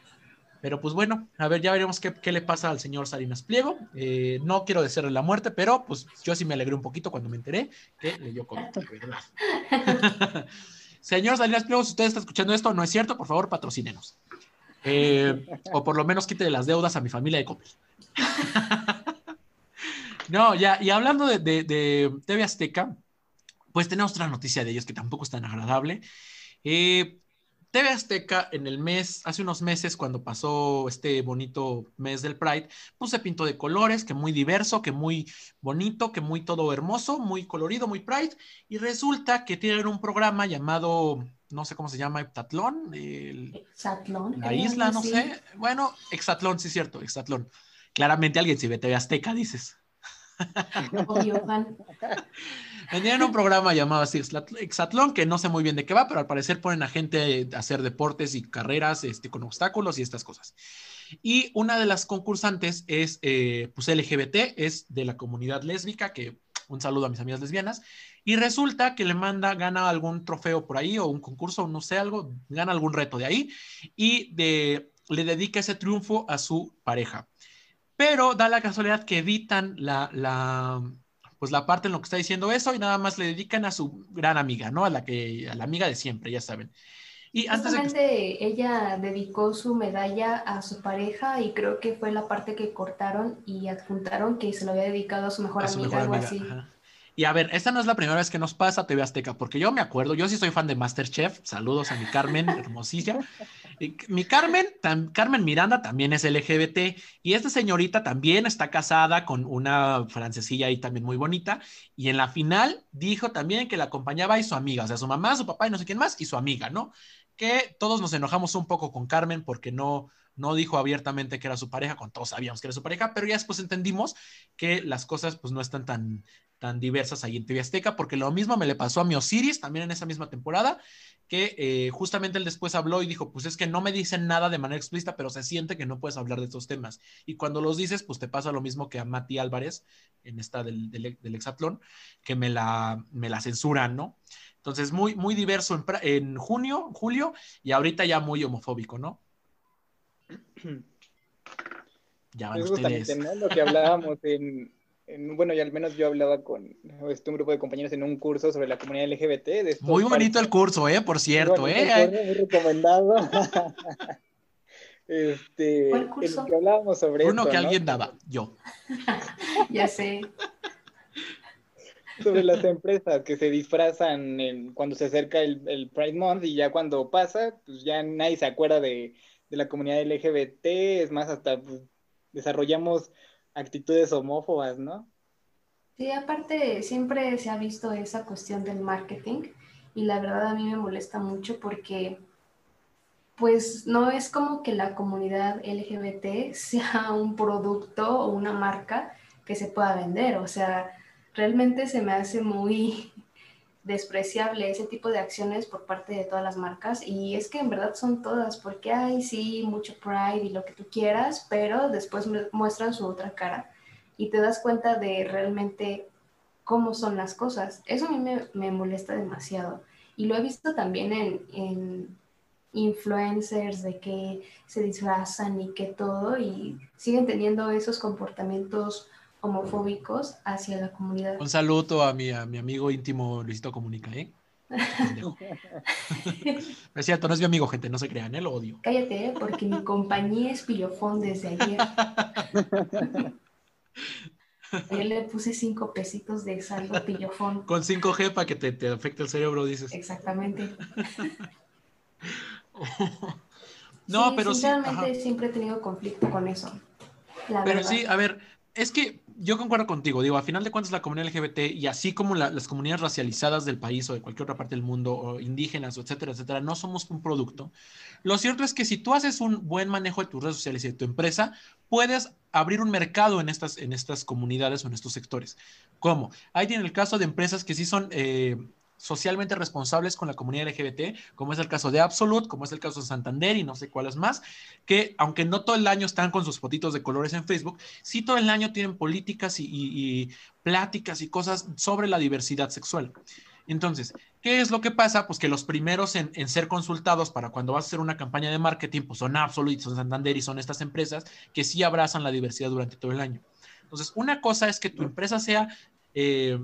[SPEAKER 1] Pero pues bueno, a ver, ya veremos qué, qué le pasa al señor Salinas Pliego. Eh, no quiero desearle la muerte, pero pues yo sí me alegré un poquito cuando me enteré que le dio COVID, ¿verdad? Señor Salinas Pliego, si usted está escuchando esto, no es cierto, por favor, patrocínenos. Eh, o por lo menos quite las deudas a mi familia de Coppel. No, ya, y hablando de, de, de T V Azteca, pues tenemos otra noticia de ellos que tampoco es tan agradable. Eh, T V Azteca en el mes, hace unos meses, cuando pasó este bonito mes del Pride, pues se pintó de colores, que muy diverso, que muy bonito, que muy todo hermoso, muy colorido, muy Pride, y resulta que tienen un programa llamado, no sé cómo se llama, Heptatlón, el,
[SPEAKER 2] Exatlón,
[SPEAKER 1] la isla, no sí. sé, bueno, Exatlón, sí es cierto, Exatlón. Claramente alguien se ve T V Azteca, dices.
[SPEAKER 2] Obvio, Juan.
[SPEAKER 1] Tenían un programa llamado así, Exatlón, que no sé muy bien de qué va, pero al parecer ponen a gente a hacer deportes y carreras este, con obstáculos y estas cosas. Y una de las concursantes es eh, pues L G B T, es de la comunidad lésbica, que un saludo a mis amigas lesbianas, y resulta que le manda, gana algún trofeo por ahí o un concurso, no sé, algo, gana algún reto de ahí y de, le dedica ese triunfo a su pareja. Pero da la casualidad que editan la, la, pues la parte en lo que está diciendo eso y nada más le dedican a su gran amiga, ¿no? A la, que, a la amiga de siempre, ya saben. Y antes
[SPEAKER 2] Justamente
[SPEAKER 1] de que...
[SPEAKER 2] ella dedicó su medalla a su pareja y creo que fue la parte que cortaron y adjuntaron que se lo había dedicado a su mejor
[SPEAKER 1] A su
[SPEAKER 2] amiga,
[SPEAKER 1] mejor
[SPEAKER 2] algo
[SPEAKER 1] amiga,
[SPEAKER 2] así.
[SPEAKER 1] ajá. Y a ver, esta no es la primera vez que nos pasa T V Azteca, porque yo me acuerdo, yo sí soy fan de MasterChef, saludos a mi Carmen, hermosilla. Y mi Carmen, tam, Carmen Miranda también es L G B T y esta señorita también está casada con una francesilla ahí también muy bonita y en la final dijo también que la acompañaba y su amiga, o sea, su mamá, su papá y no sé quién más y su amiga, ¿no? Que todos nos enojamos un poco con Carmen porque no, no dijo abiertamente que era su pareja, cuando todos sabíamos que era su pareja, pero ya después entendimos que las cosas pues no están tan, tan diversas ahí en T V Azteca, porque lo mismo me le pasó a mi Osiris también en esa misma temporada, que eh, justamente él después habló y dijo, pues es que no me dicen nada de manera explícita, pero se siente que no puedes hablar de estos temas. Y cuando los dices, pues te pasa lo mismo que a Mati Álvarez, en esta del, del, del hexatlón, que me la, me la censuran, ¿no? Entonces, muy, muy diverso en, en junio, julio, y ahorita ya muy homofóbico, ¿no? Ya van
[SPEAKER 3] Es
[SPEAKER 1] ustedes.
[SPEAKER 3] justamente, ¿no? Lo que hablábamos en, en, bueno, y al menos yo hablaba con este, un grupo de compañeros en un curso sobre la comunidad L G B T, de
[SPEAKER 1] Muy
[SPEAKER 3] estos
[SPEAKER 1] bonito el
[SPEAKER 3] parques.
[SPEAKER 1] curso, ¿eh? Por
[SPEAKER 3] Muy
[SPEAKER 1] cierto,
[SPEAKER 3] bonito el
[SPEAKER 1] ¿eh?
[SPEAKER 3] curso, muy recomendado.
[SPEAKER 2] ¿Cuál
[SPEAKER 3] Este, en el que
[SPEAKER 2] curso?
[SPEAKER 3] hablábamos sobre
[SPEAKER 1] Uno
[SPEAKER 3] esto,
[SPEAKER 1] que
[SPEAKER 3] ¿no?
[SPEAKER 1] alguien daba, yo.
[SPEAKER 2] Ya sé.
[SPEAKER 3] Sobre las empresas que se disfrazan en, cuando se acerca el, el Pride Month y ya cuando pasa, pues ya nadie se acuerda de, de la comunidad L G B T, es más, hasta pues, desarrollamos actitudes homófobas, ¿no?
[SPEAKER 2] Sí, aparte siempre se ha visto esa cuestión del marketing y la verdad a mí me molesta mucho porque pues no es como que la comunidad L G B T sea un producto o una marca que se pueda vender, o sea, realmente se me hace muy despreciable ese tipo de acciones por parte de todas las marcas y es que en verdad son todas, porque hay sí mucho pride y lo que tú quieras, pero después muestran su otra cara y te das cuenta de realmente cómo son las cosas. Eso a mí me, me molesta demasiado y lo he visto también en, en influencers de que se disfrazan y que todo y siguen teniendo esos comportamientos homofóbicos hacia la comunidad.
[SPEAKER 1] Un saludo a mi, a mi amigo íntimo Luisito Comunica, ¿eh? Qué pendejo. Es cierto, no es mi amigo, gente, no se crean, ¿eh? Lo odio.
[SPEAKER 2] Cállate, ¿eh? Porque mi compañía es pillofón desde ayer. Ayer le puse cinco pesitos de saldo pillofón.
[SPEAKER 1] Con cinco G para que te, te afecte el cerebro, dices.
[SPEAKER 2] Exactamente.
[SPEAKER 1] No,
[SPEAKER 2] Sí,
[SPEAKER 1] pero sí,
[SPEAKER 2] sinceramente
[SPEAKER 1] ajá.
[SPEAKER 2] siempre he tenido conflicto con eso, la
[SPEAKER 1] Pero
[SPEAKER 2] verdad.
[SPEAKER 1] sí, a ver, es que yo concuerdo contigo, digo, a final de cuentas la comunidad L G B T y así como la- las comunidades racializadas del país o de cualquier otra parte del mundo, o indígenas, o etcétera, etcétera, no somos un producto. Lo cierto es que si tú haces un buen manejo de tus redes sociales y de tu empresa, puedes abrir un mercado en estas, en estas comunidades o en estos sectores. ¿Cómo? Ahí tiene el caso de empresas que sí son... Eh, socialmente responsables con la comunidad L G B T, como es el caso de Absolute, como es el caso de Santander y no sé cuáles más, que aunque no todo el año están con sus fotitos de colores en Facebook, sí todo el año tienen políticas y, y, y pláticas y cosas sobre la diversidad sexual. Entonces, ¿qué es lo que pasa? Pues que los primeros en, en, ser consultados para cuando vas a hacer una campaña de marketing, pues son Absolute, son Santander y son estas empresas que sí abrazan la diversidad durante todo el año. Entonces, una cosa es que tu empresa sea... Eh,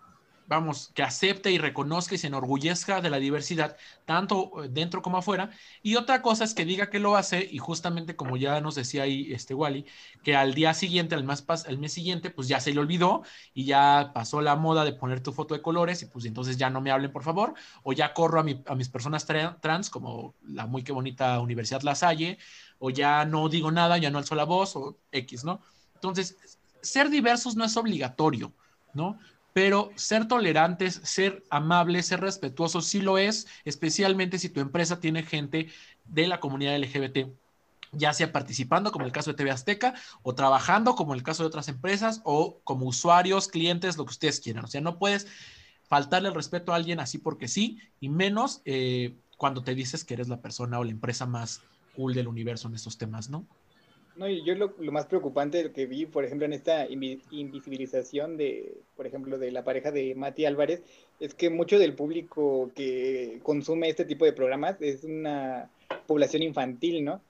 [SPEAKER 1] vamos, que acepte y reconozca y se enorgullezca de la diversidad, tanto dentro como afuera. Y otra cosa es que diga que lo hace, y justamente como ya nos decía ahí este Wally, que al día siguiente, al mes, al mes siguiente, pues ya se le olvidó y ya pasó la moda de poner tu foto de colores y pues entonces ya no me hablen, por favor, o ya corro a, mi, a mis personas tra trans, como la muy que bonita Universidad La Salle, o ya no digo nada, ya no alzo la voz, o X, ¿no? Entonces, ser diversos no es obligatorio, ¿no? Pero ser tolerantes, ser amables, ser respetuosos, sí lo es, especialmente si tu empresa tiene gente de la comunidad L G B T, ya sea participando, como el caso de T V Azteca, o trabajando, como el caso de otras empresas, o como usuarios, clientes, lo que ustedes quieran. O sea, no puedes faltarle el respeto a alguien así porque sí, y menos eh, cuando te dices que eres la persona o la empresa más cool del universo en estos temas, ¿no?
[SPEAKER 3] No, y yo lo, lo más preocupante que vi, por ejemplo, en esta invi invisibilización de, por ejemplo, de la pareja de Mati Álvarez, es que mucho del público que consume este tipo de programas es una población infantil, ¿no?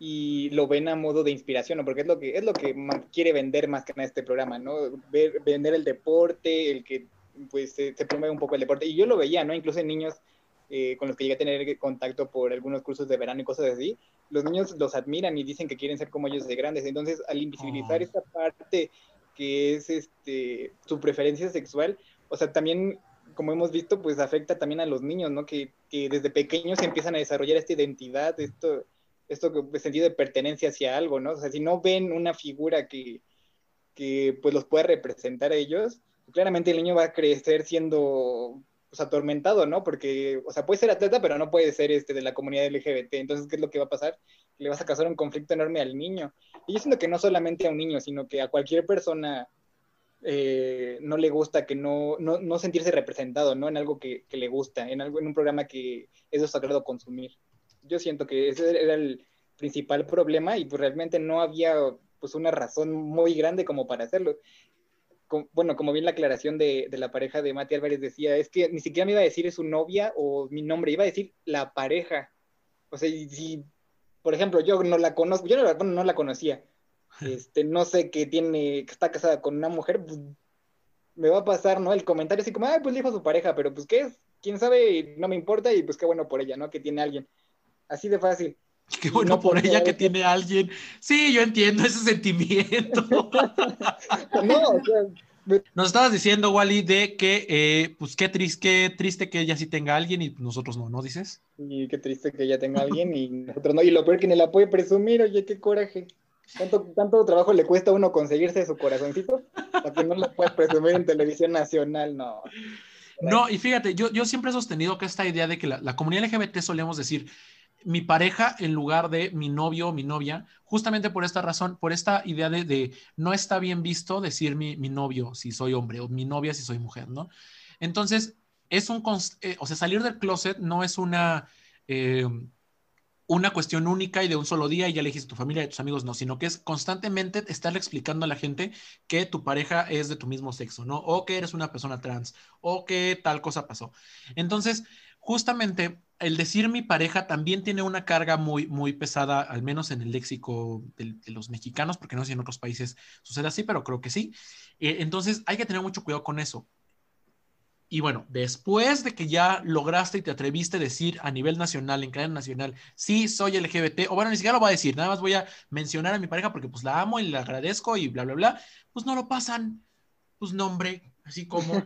[SPEAKER 3] Y lo ven a modo de inspiración, ¿no? Porque es lo que, es lo que quiere vender más que nada este programa, ¿no? Ver, vender el deporte, el que pues se, se promueve un poco el deporte. Y yo lo veía, ¿no? Incluso en niños eh, con los que llegué a tener contacto por algunos cursos de verano y cosas así, los niños los admiran y dicen que quieren ser como ellos de grandes. Entonces, al invisibilizar oh. esta parte que es este, su preferencia sexual, o sea, también, como hemos visto, pues afecta también a los niños, ¿no? Que, que desde pequeños empiezan a desarrollar esta identidad, esto, esto sentido de pertenencia hacia algo, ¿no? O sea, si no ven una figura que, que pues los pueda representar a ellos, claramente el niño va a crecer siendo pues, atormentado, ¿no? Porque, o sea, puede ser atleta, pero no puede ser este, de la comunidad L G B T. Entonces, ¿qué es lo que va a pasar? Le vas a causar un conflicto enorme al niño. Y yo siento que no solamente a un niño, sino que a cualquier persona eh, no le gusta que no, no, no sentirse representado, ¿no? En algo que, que le gusta, en, algo, en un programa que es de sagrado consumir. Yo siento que ese era el principal problema y pues realmente no había pues una razón muy grande como para hacerlo. Como, bueno, como bien la aclaración de, de la pareja de Mati Álvarez decía, es que ni siquiera me iba a decir su novia o mi nombre, iba a decir la pareja. O sea, y si, por ejemplo, yo no la conozco, yo no la, bueno, no la conocía, este, no sé que tiene, que está casada con una mujer, pues, me va a pasar, ¿no? El comentario así como, ay, pues le dijo a su pareja, pero pues, ¿qué es? ¿Quién sabe? No me importa y pues qué bueno por ella, ¿no? Que tiene a alguien. Así de fácil.
[SPEAKER 1] Qué bueno no por ella que tiene a alguien. Sí, yo entiendo ese sentimiento. No, o sea, me... Nos estabas diciendo, Wally, de que, eh, pues qué triste, qué triste que ella sí tenga a alguien y nosotros no, ¿no dices?
[SPEAKER 3] Y qué triste que ella tenga a alguien y nosotros no. Y lo peor que ni la puede presumir, oye, qué coraje. ¿Tanto, tanto trabajo le cuesta a uno conseguirse su corazoncito? Para que no lo pueda presumir en televisión nacional, no.
[SPEAKER 1] No, y fíjate, yo, yo siempre he sostenido que esta idea de que la, la comunidad L G B T solemos decir mi pareja en lugar de mi novio o mi novia, justamente por esta razón, por esta idea de, de no está bien visto decir mi, mi novio si soy hombre o mi novia si soy mujer, ¿no? Entonces, es un, eh, o sea, salir del closet no es una, eh, una cuestión única y de un solo día y ya le dijiste a tu familia y a tus amigos, no, sino que es constantemente estarle explicando a la gente que tu pareja es de tu mismo sexo, ¿no? O que eres una persona trans, o que tal cosa pasó. Entonces, justamente el decir mi pareja también tiene una carga muy, muy pesada, al menos en el léxico de, de los mexicanos, porque no sé si en otros países sucede así, pero creo que sí. Eh, entonces, hay que tener mucho cuidado con eso. Y bueno, después de que ya lograste y te atreviste a decir a nivel nacional, en cadena nacional, sí, soy L G B T, o bueno, ni siquiera lo voy a decir, nada más voy a mencionar a mi pareja porque pues la amo y la agradezco y bla, bla, bla, pues no lo pasan, pues nombre, así como.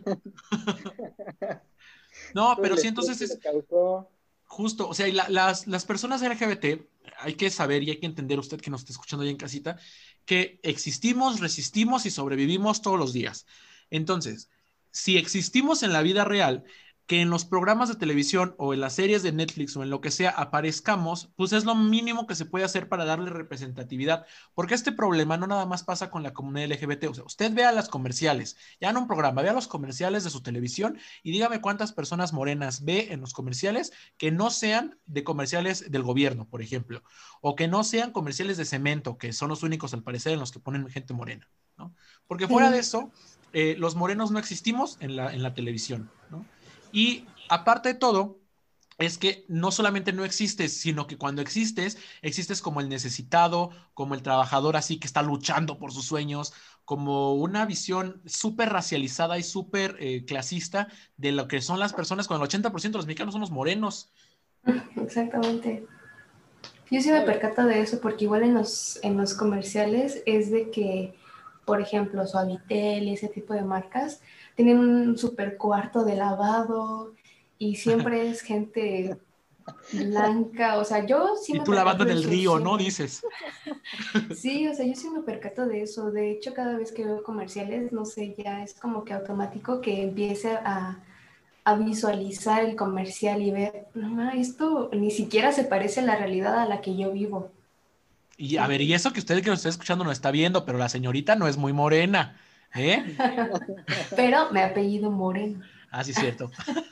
[SPEAKER 1] No, pero sí, entonces es justo, o sea, la, las, las personas L G B T, hay que saber y hay que entender, usted que nos está escuchando ahí en casita, que existimos, resistimos y sobrevivimos todos los días. Entonces, si existimos en la vida real, que en los programas de televisión o en las series de Netflix o en lo que sea aparezcamos, pues es lo mínimo que se puede hacer para darle representatividad, porque este problema no nada más pasa con la comunidad L G B T, o sea, usted vea las comerciales, ya no un programa, vea los comerciales de su televisión y dígame cuántas personas morenas ve en los comerciales que no sean de comerciales del gobierno, por ejemplo, o que no sean comerciales de cemento, que son los únicos al parecer en los que ponen gente morena, ¿no? Porque fuera de eso, eh, los morenos no existimos en la, en la televisión, ¿no? Y aparte de todo, es que no solamente no existes, sino que cuando existes, existes como el necesitado, como el trabajador así que está luchando por sus sueños, como una visión súper racializada y súper eh, clasista de lo que son las personas, cuando el ochenta por ciento de los mexicanos somos morenos.
[SPEAKER 2] Exactamente. Yo sí me percato de eso porque igual en los, en los comerciales es de que, por ejemplo, Suavitel y ese tipo de marcas tienen un super cuarto de lavado y siempre es gente blanca, o sea, yo sí
[SPEAKER 1] y
[SPEAKER 2] me
[SPEAKER 1] tú lavando en el río,
[SPEAKER 2] siempre.
[SPEAKER 1] ¿no? Dices.
[SPEAKER 2] Sí, o sea, yo sí me percato de eso. De hecho, cada vez que veo comerciales, no sé, ya es como que automático que empiece a, a visualizar el comercial y ver, no, esto ni siquiera se parece a la realidad a la que yo vivo.
[SPEAKER 1] Y sí. A ver, y eso que usted que lo está escuchando no está viendo, pero la señorita no es muy morena, ¿eh?
[SPEAKER 2] Pero me apellido Moreno.
[SPEAKER 1] Ah, sí, es cierto.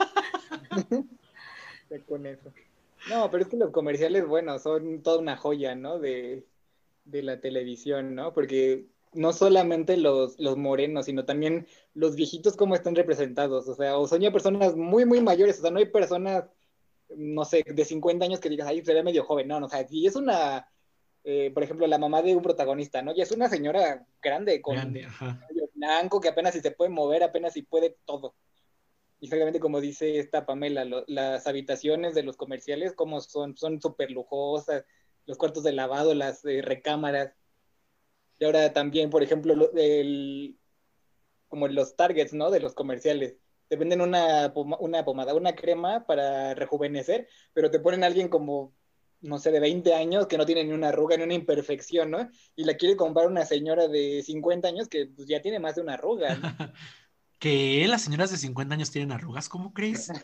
[SPEAKER 3] Con eso. No, pero es que los comerciales, bueno, son toda una joya, ¿no? De, de la televisión, ¿no? Porque no solamente los, los morenos, sino también los viejitos cómo están representados. O sea, o son ya personas muy, muy mayores. O sea, no hay personas, no sé, de cincuenta años que digas, ay, sería medio joven. No, no, o sea, si es una, eh, por ejemplo, la mamá de un protagonista, ¿no? Ya es una señora grande, con
[SPEAKER 1] grande, ajá.
[SPEAKER 3] blanco, que apenas si se puede mover, apenas si puede todo. Y exactamente como dice esta Pamela, lo, las habitaciones de los comerciales, como son, son súper lujosas, los cuartos de lavado, las eh, recámaras. Y ahora también, por ejemplo, lo, el, como los targets, ¿no? De los comerciales. Te venden una, una pomada, una crema para rejuvenecer, pero te ponen a alguien como, no sé, de veinte años que no tiene ni una arruga ni una imperfección, ¿no? Y la quiere comprar una señora de cincuenta años que pues, ya tiene más de una arruga, ¿no?
[SPEAKER 1] ¿Que las señoras de cincuenta años tienen arrugas? ¿Cómo crees?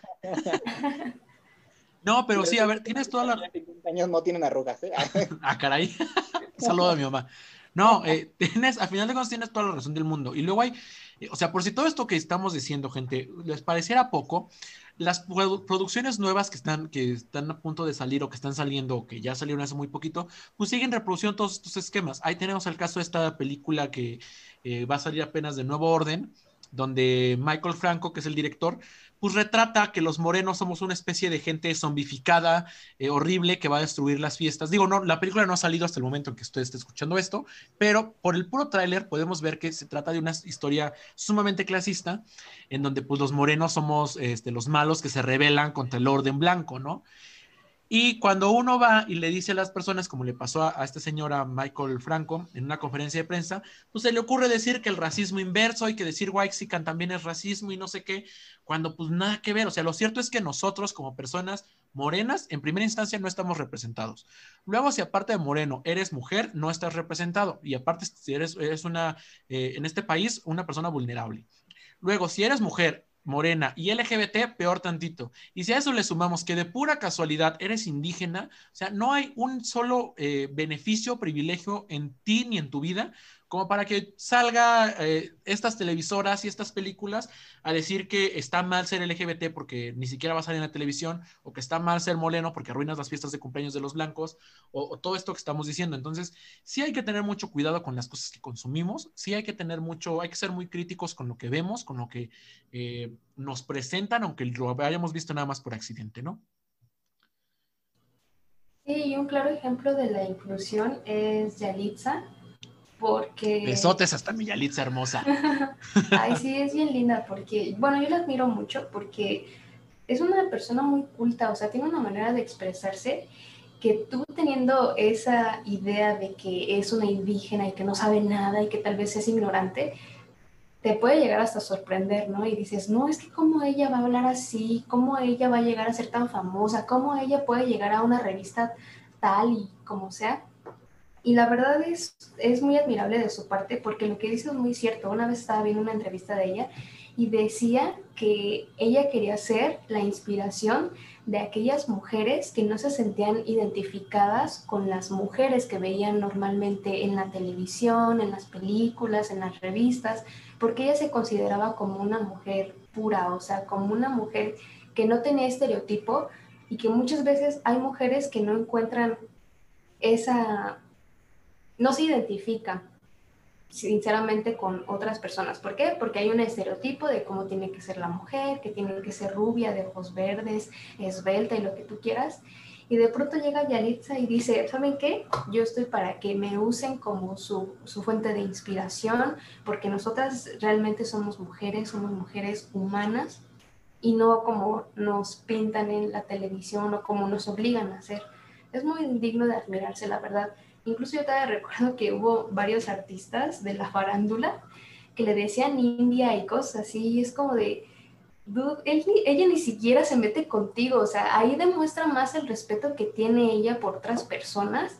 [SPEAKER 1] No, pero sí, a ver, tienes toda la...
[SPEAKER 3] De cincuenta años no tienen arrugas, ¿eh?
[SPEAKER 1] Ah, caray. Saludo a mi mamá. No, eh, tienes, al final de cuentas tienes toda la razón del mundo. Y luego hay, eh, o sea, por si todo esto que estamos diciendo, gente, les pareciera poco, las produ producciones nuevas que están, que están a punto de salir o que están saliendo o que ya salieron hace muy poquito, pues siguen reproduciendo todos estos esquemas. Ahí tenemos el caso de esta película que eh, va a salir apenas de Nuevo Orden, donde Michael Franco, que es el director, pues retrata que los morenos somos una especie de gente zombificada, eh, horrible, que va a destruir las fiestas. Digo, no, la película no ha salido hasta el momento en que usted esté escuchando esto, pero por el puro tráiler podemos ver que se trata de una historia sumamente clasista, en donde pues los morenos somos este, los malos que se rebelan contra el orden blanco, ¿no? Y cuando uno va y le dice a las personas, como le pasó a, a este señor, a Michael Franco, en una conferencia de prensa, pues se le ocurre decir que el racismo inverso y que decir Waxican también es racismo y no sé qué, cuando pues nada que ver. O sea, lo cierto es que nosotros como personas morenas, en primera instancia no estamos representados. Luego, si aparte de moreno eres mujer, no estás representado. Y aparte, si eres, eres una, eh, en este país, una persona vulnerable. Luego, si eres mujer, morena y L G B T, peor tantito. Y si a eso le sumamos que de pura casualidad eres indígena, o sea, no hay un solo eh, beneficio, privilegio en ti ni en tu vida como para que salga eh, estas televisoras y estas películas a decir que está mal ser L G B T porque ni siquiera va a salir en la televisión, o que está mal ser moreno porque arruinas las fiestas de cumpleaños de los blancos, o, o todo esto que estamos diciendo. Entonces, sí hay que tener mucho cuidado con las cosas que consumimos, sí hay que tener mucho, hay que ser muy críticos con lo que vemos, con lo que eh, nos presentan, aunque lo hayamos visto nada más por accidente, ¿no?
[SPEAKER 2] Sí, y un claro ejemplo de la inclusión es Yalitza, porque...
[SPEAKER 1] Besotes hasta mi Yalitza hermosa.
[SPEAKER 2] Ay, sí, es bien linda, porque, bueno, yo la admiro mucho porque es una persona muy culta, o sea, tiene una manera de expresarse que tú teniendo esa idea de que es una indígena y que no sabe nada y que tal vez es ignorante, te puede llegar hasta sorprender, ¿no? Y dices, no, es que cómo ella va a hablar así, cómo ella va a llegar a ser tan famosa, cómo ella puede llegar a una revista tal y como sea. Y la verdad es, es muy admirable de su parte porque lo que dice es muy cierto. Una vez estaba viendo una entrevista de ella y decía que ella quería ser la inspiración de aquellas mujeres que no se sentían identificadas con las mujeres que veían normalmente en la televisión, en las películas, en las revistas, porque ella se consideraba como una mujer pura, o sea, como una mujer que no tenía estereotipo y que muchas veces hay mujeres que no encuentran esa... no se identifica sinceramente con otras personas. ¿Por qué? Porque hay un estereotipo de cómo tiene que ser la mujer, que tiene que ser rubia, de ojos verdes, esbelta y lo que tú quieras. Y de pronto llega Yalitza y dice, ¿saben qué? Yo estoy para que me usen como su, su fuente de inspiración, porque nosotras realmente somos mujeres, somos mujeres humanas, y no como nos pintan en la televisión o como nos obligan a hacer. Es muy digno de admirarse, la verdad. Incluso yo todavía recuerdo que hubo varios artistas de la farándula que le decían India y cosas así, y es como de, dude, él, ella ni siquiera se mete contigo, o sea, ahí demuestra más el respeto que tiene ella por otras personas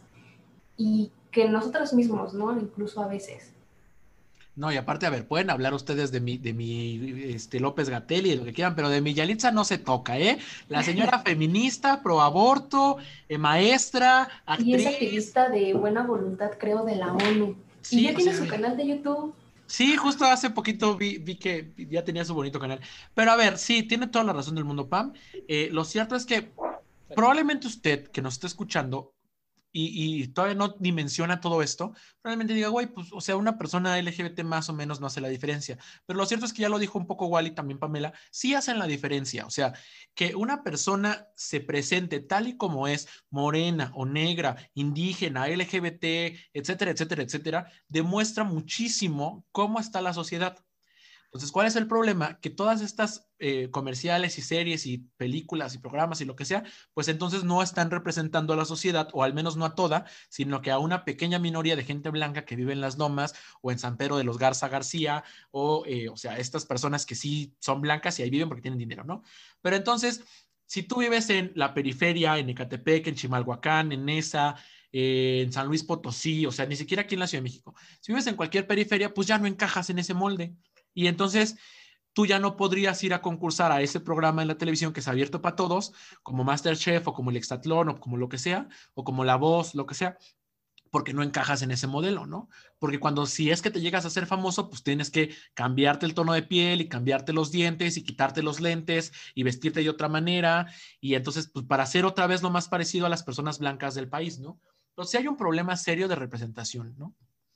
[SPEAKER 2] y que nosotros mismos, ¿no? Incluso a veces.
[SPEAKER 1] No, y aparte, a ver, pueden hablar ustedes de mi, de mi este, López Gatell y de lo que quieran, pero de mi Yalitza no se toca, ¿eh? La señora feminista, pro aborto, eh, maestra,
[SPEAKER 2] Y es
[SPEAKER 1] actriz.
[SPEAKER 2] activista de buena voluntad, creo, de la ONU. Y
[SPEAKER 1] Sí,
[SPEAKER 2] ya
[SPEAKER 1] o
[SPEAKER 2] tiene
[SPEAKER 1] sea,
[SPEAKER 2] su canal de YouTube.
[SPEAKER 1] sí, justo hace poquito vi, vi que ya tenía su bonito canal. Pero a ver, sí, tiene toda la razón del mundo, Pam. Eh, lo cierto es que probablemente usted que nos está escuchando y, y todavía no ni menciona todo esto, probablemente diga, güey, pues, o sea, una persona L G B T más o menos no hace la diferencia. Pero lo cierto es que ya lo dijo un poco Wally, también Pamela, sí hacen la diferencia. O sea, que una persona se presente tal y como es, morena o negra, indígena, L G B T, etcétera, etcétera, etcétera, demuestra muchísimo cómo está la sociedad. Entonces, ¿cuál es el problema? Que todas estas eh, comerciales y series y películas y programas y lo que sea, pues entonces no están representando a la sociedad, o al menos no a toda, sino que a una pequeña minoría de gente blanca que vive en las Lomas o en San Pedro de los Garza García, o, eh, o sea, estas personas que sí son blancas y ahí viven porque tienen dinero, ¿no? Pero entonces, si tú vives en la periferia, en Ecatepec, en Chimalhuacán, en Nesa, eh, en San Luis Potosí, o sea, ni siquiera aquí en la Ciudad de México, si vives en cualquier periferia, pues ya no encajas en ese molde. Y entonces tú ya no podrías ir a concursar a ese programa en la televisión que es abierto para todos, como MasterChef o como el Hexatlón o como lo que sea, o como La Voz, lo que sea, porque no encajas en ese modelo, ¿no? Porque cuando si es que te llegas a ser famoso, pues tienes que cambiarte el tono de piel y cambiarte los dientes y quitarte los lentes y vestirte de otra manera, y entonces, pues para ser otra vez lo más parecido a las personas blancas del país, ¿no? Entonces hay un problema serio de representación, ¿no?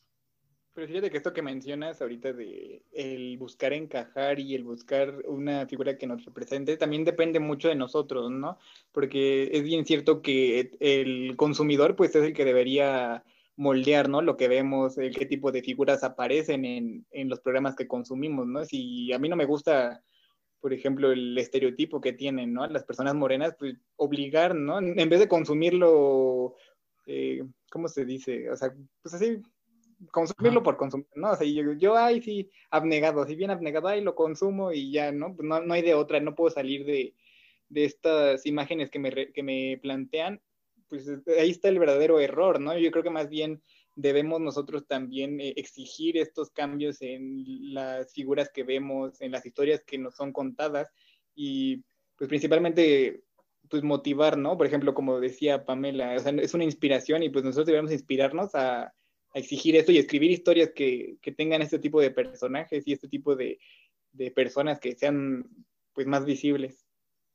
[SPEAKER 3] Pero fíjate que esto que mencionas ahorita de el buscar encajar y el buscar una figura que nos represente, también depende mucho de nosotros, ¿no? Porque es bien cierto que el consumidor, pues, es el que debería moldear, ¿no? Lo que vemos, el qué tipo de figuras aparecen en, en los programas que consumimos, ¿no? Si a mí no me gusta, por ejemplo, el estereotipo que tienen, ¿no? Las personas morenas, pues, obligar, ¿no? En vez de consumirlo, eh, ¿cómo se dice? O sea, pues así consumirlo por consumir, ¿no? O sea, yo, yo ay, sí, abnegado, así bien abnegado, ay, lo consumo y ya, ¿no? Pues no, no hay de otra, no puedo salir de, de estas imágenes que me, que me plantean, pues ahí está el verdadero error, ¿no? Yo creo que más bien debemos nosotros también eh, exigir estos cambios en las figuras que vemos, en las historias que nos son contadas y pues principalmente pues motivar, ¿no? Por ejemplo, como decía Pamela, o sea, es una inspiración y pues nosotros debemos inspirarnos a a exigir esto y escribir historias que, que tengan este tipo de personajes y este tipo de, de personas que sean pues más visibles.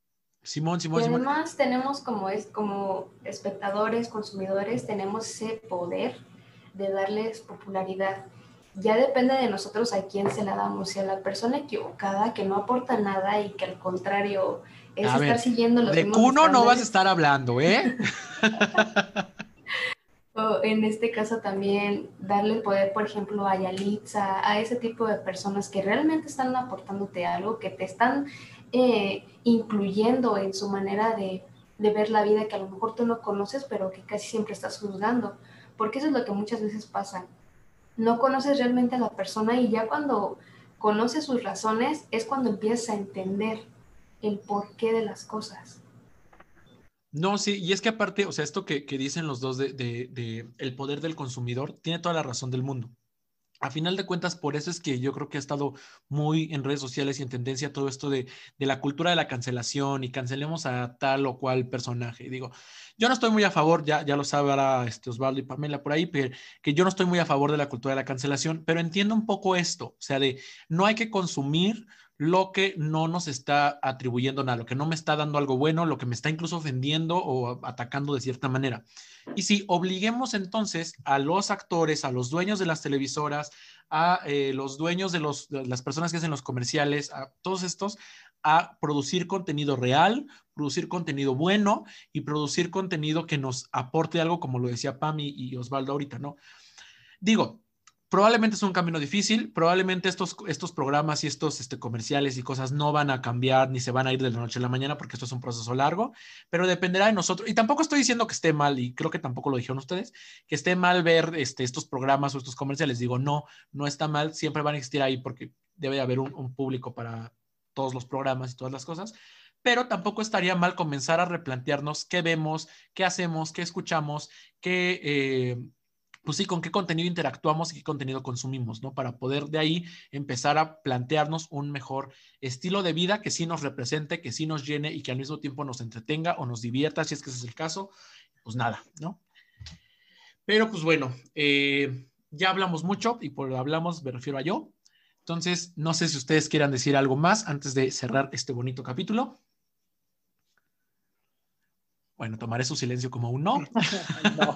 [SPEAKER 1] Simón, Simón,
[SPEAKER 2] y
[SPEAKER 1] Simón.
[SPEAKER 2] además tenemos como, es, como espectadores, consumidores, tenemos ese poder de darles popularidad. Ya depende de nosotros a quién se la damos, si a la persona equivocada que no aporta nada y que al contrario es
[SPEAKER 1] a
[SPEAKER 2] estar
[SPEAKER 1] ver,
[SPEAKER 2] siguiendo los
[SPEAKER 1] de
[SPEAKER 2] mismos
[SPEAKER 1] Kuno no vas a
[SPEAKER 2] estándares.
[SPEAKER 1] estar hablando, ¿eh?
[SPEAKER 2] O en este caso también darle el poder, por ejemplo, a Yalitza, a ese tipo de personas que realmente están aportándote algo, que te están eh, incluyendo en su manera de, de ver la vida que a lo mejor tú no conoces, pero que casi siempre estás juzgando. Porque eso es lo que muchas veces pasa. No conoces realmente a la persona y ya cuando conoces sus razones es cuando empiezas a entender el porqué de las cosas.
[SPEAKER 1] No, sí, y es que aparte, o sea, esto que, que dicen los dos de, de, de el poder del consumidor, tiene toda la razón del mundo. A final de cuentas, por eso es que yo creo que ha estado muy en redes sociales y en tendencia todo esto de, de la cultura de la cancelación y cancelemos a tal o cual personaje. Y digo, yo no estoy muy a favor, ya, ya lo sabe ahora este Osvaldo y Pamela por ahí, pero que yo no estoy muy a favor de la cultura de la cancelación, pero entiendo un poco esto, o sea, de no hay que consumir lo que no nos está atribuyendo nada, lo que no me está dando algo bueno, lo que me está incluso ofendiendo o atacando de cierta manera. Y si obliguemos entonces a los actores, a los dueños de las televisoras, a eh, los dueños de, los, de las personas que hacen los comerciales, a todos estos, a producir contenido real, producir contenido bueno y producir contenido que nos aporte algo, como lo decía Pam y, y Osvaldo ahorita, ¿no? Digo, probablemente es un camino difícil, probablemente estos, estos programas y estos este, comerciales y cosas no van a cambiar ni se van a ir de la noche a la mañana porque esto es un proceso largo, pero dependerá de nosotros. Y tampoco estoy diciendo que esté mal, y creo que tampoco lo dijeron ustedes, que esté mal ver este, estos programas o estos comerciales. Digo, no, no está mal, siempre van a existir ahí porque debe haber un, un público para todos los programas y todas las cosas, pero tampoco estaría mal comenzar a replantearnos qué vemos, qué hacemos, qué escuchamos, qué... Eh, pues sí, con qué contenido interactuamos y qué contenido consumimos, ¿no? Para poder de ahí empezar a plantearnos un mejor estilo de vida que sí nos represente, que sí nos llene y que al mismo tiempo nos entretenga o nos divierta, si es que ese es el caso, pues nada, ¿no? Pero pues bueno, eh, ya hablamos mucho y por hablamos me refiero a yo. Entonces, no sé si ustedes quieran decir algo más antes de cerrar este bonito capítulo. Bueno, tomaré su silencio como un no. No.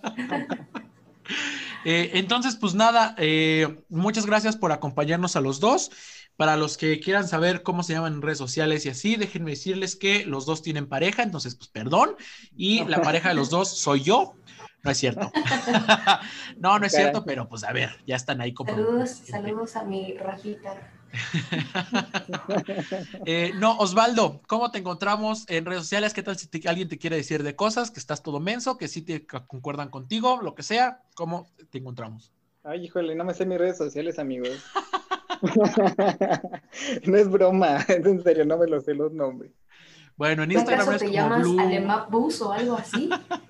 [SPEAKER 1] Eh, entonces, pues nada, eh, muchas gracias por acompañarnos a los dos. Para los que quieran saber cómo se llaman en redes sociales y así, déjenme decirles que los dos tienen pareja, entonces, pues perdón. Y la pareja de los dos soy yo. No es cierto. No, no es cierto, pero pues a ver, ya están ahí como.
[SPEAKER 2] Saludos, saludos a mi Rafita.
[SPEAKER 1] eh, no, Osvaldo, ¿cómo te encontramos en redes sociales? ¿Qué tal si te, alguien te quiere decir de cosas, que estás todo menso, que sí te concuerdan contigo, lo que sea? ¿Cómo te encontramos?
[SPEAKER 3] Ay, híjole, no me sé mis redes sociales, amigos. No es broma, es en serio, no me lo sé los nombres.
[SPEAKER 1] Bueno, en
[SPEAKER 2] ¿Tú
[SPEAKER 1] Instagram
[SPEAKER 2] acaso
[SPEAKER 1] es
[SPEAKER 2] te
[SPEAKER 1] como
[SPEAKER 2] llamas
[SPEAKER 1] Blue...
[SPEAKER 2] Alemap Bus o algo así?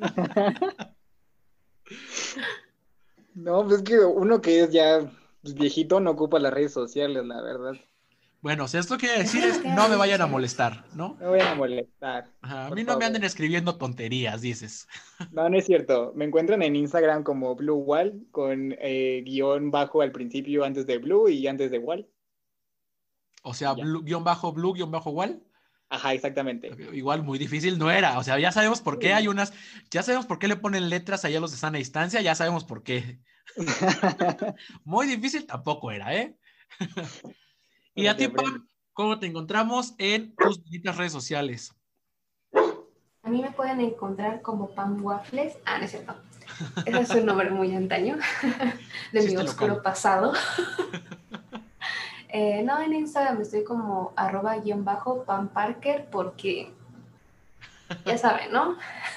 [SPEAKER 3] No, pues es que uno que es ya viejito no ocupa las redes sociales, la verdad.
[SPEAKER 1] Bueno, si esto quiere
[SPEAKER 2] Eso
[SPEAKER 1] decir
[SPEAKER 2] no
[SPEAKER 1] es
[SPEAKER 2] tiene
[SPEAKER 1] no me
[SPEAKER 2] redes
[SPEAKER 1] vayan a
[SPEAKER 2] sociales.
[SPEAKER 1] molestar, ¿no?
[SPEAKER 3] No vayan a molestar,
[SPEAKER 1] Ajá, a
[SPEAKER 3] por
[SPEAKER 1] mí no me anden
[SPEAKER 3] favor.
[SPEAKER 1] escribiendo tonterías, dices.
[SPEAKER 3] No, no es cierto. Me encuentran en Instagram como Blue Wall, con eh, guión bajo al principio antes de Blue y antes de Wall.
[SPEAKER 1] O sea,
[SPEAKER 3] Y ya.
[SPEAKER 1] blue, guión bajo, blue, guión bajo, igual.
[SPEAKER 3] Ajá, exactamente.
[SPEAKER 1] Igual muy difícil no era. O sea, ya sabemos por qué hay unas, ya sabemos por qué le ponen letras allá a los de sana distancia, ya sabemos por qué. Muy difícil tampoco era, ¿eh? Y
[SPEAKER 3] Pero
[SPEAKER 1] a
[SPEAKER 3] se
[SPEAKER 1] ti,
[SPEAKER 3] aprende.
[SPEAKER 1] Pam, ¿cómo te encontramos en tus distintas redes sociales?
[SPEAKER 2] A mí me pueden encontrar como Pam Waffles. Ah, no es cierto. Ese es un nombre muy antaño de mi
[SPEAKER 1] Chiste
[SPEAKER 2] oscuro
[SPEAKER 1] local.
[SPEAKER 2] pasado. Eh, no, en Instagram estoy como arroba guión bajo Pam Parker porque ya saben, ¿no?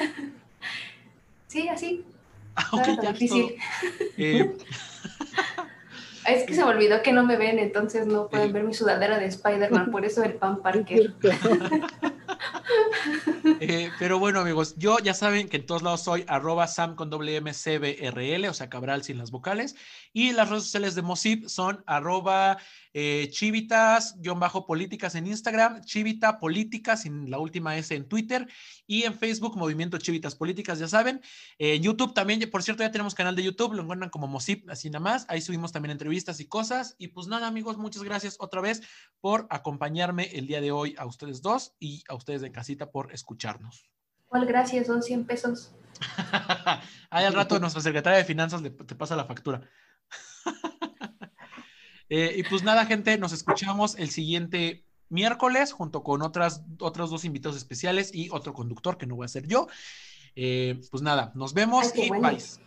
[SPEAKER 2] Sí, así.
[SPEAKER 1] Ah,
[SPEAKER 2] No
[SPEAKER 1] ok,
[SPEAKER 2] era tan
[SPEAKER 1] ya es todo.
[SPEAKER 2] difícil.
[SPEAKER 1] Eh,
[SPEAKER 2] Es que se me olvidó que no me ven, entonces no pueden
[SPEAKER 1] eh,
[SPEAKER 2] ver mi sudadera de Spider-Man, por eso el Pam
[SPEAKER 3] Es
[SPEAKER 2] Parker.
[SPEAKER 3] cierto.
[SPEAKER 1] Eh, pero bueno, amigos, yo ya saben que en todos lados soy arroba Sam con doble M C B R L, o sea, Cabral sin las vocales. Y las redes sociales de Mosip son arroba eh, chivitas, guión bajo políticas en Instagram, chivita políticas sin la última S en Twitter y en Facebook Movimiento Chivitas Políticas, ya saben. En eh, YouTube también, por cierto, ya tenemos canal de YouTube, lo encuentran como Mosip, así nada más. Ahí subimos también entrevistas y cosas. Y pues nada, amigos, muchas gracias otra vez por acompañarme el día de hoy a ustedes dos y a ustedes de casita por escucharnos.
[SPEAKER 2] ¿Cuál gracias? Son cien pesos.
[SPEAKER 1] Ahí al rato nuestra secretaria de Finanzas le, te pasa la factura. eh, y pues nada, gente, nos escuchamos el siguiente miércoles junto con otras, otros dos invitados especiales y otro conductor que no voy a ser yo. Eh, pues nada, nos vemos
[SPEAKER 2] Ay, qué
[SPEAKER 1] y
[SPEAKER 2] bueno.
[SPEAKER 1] bye.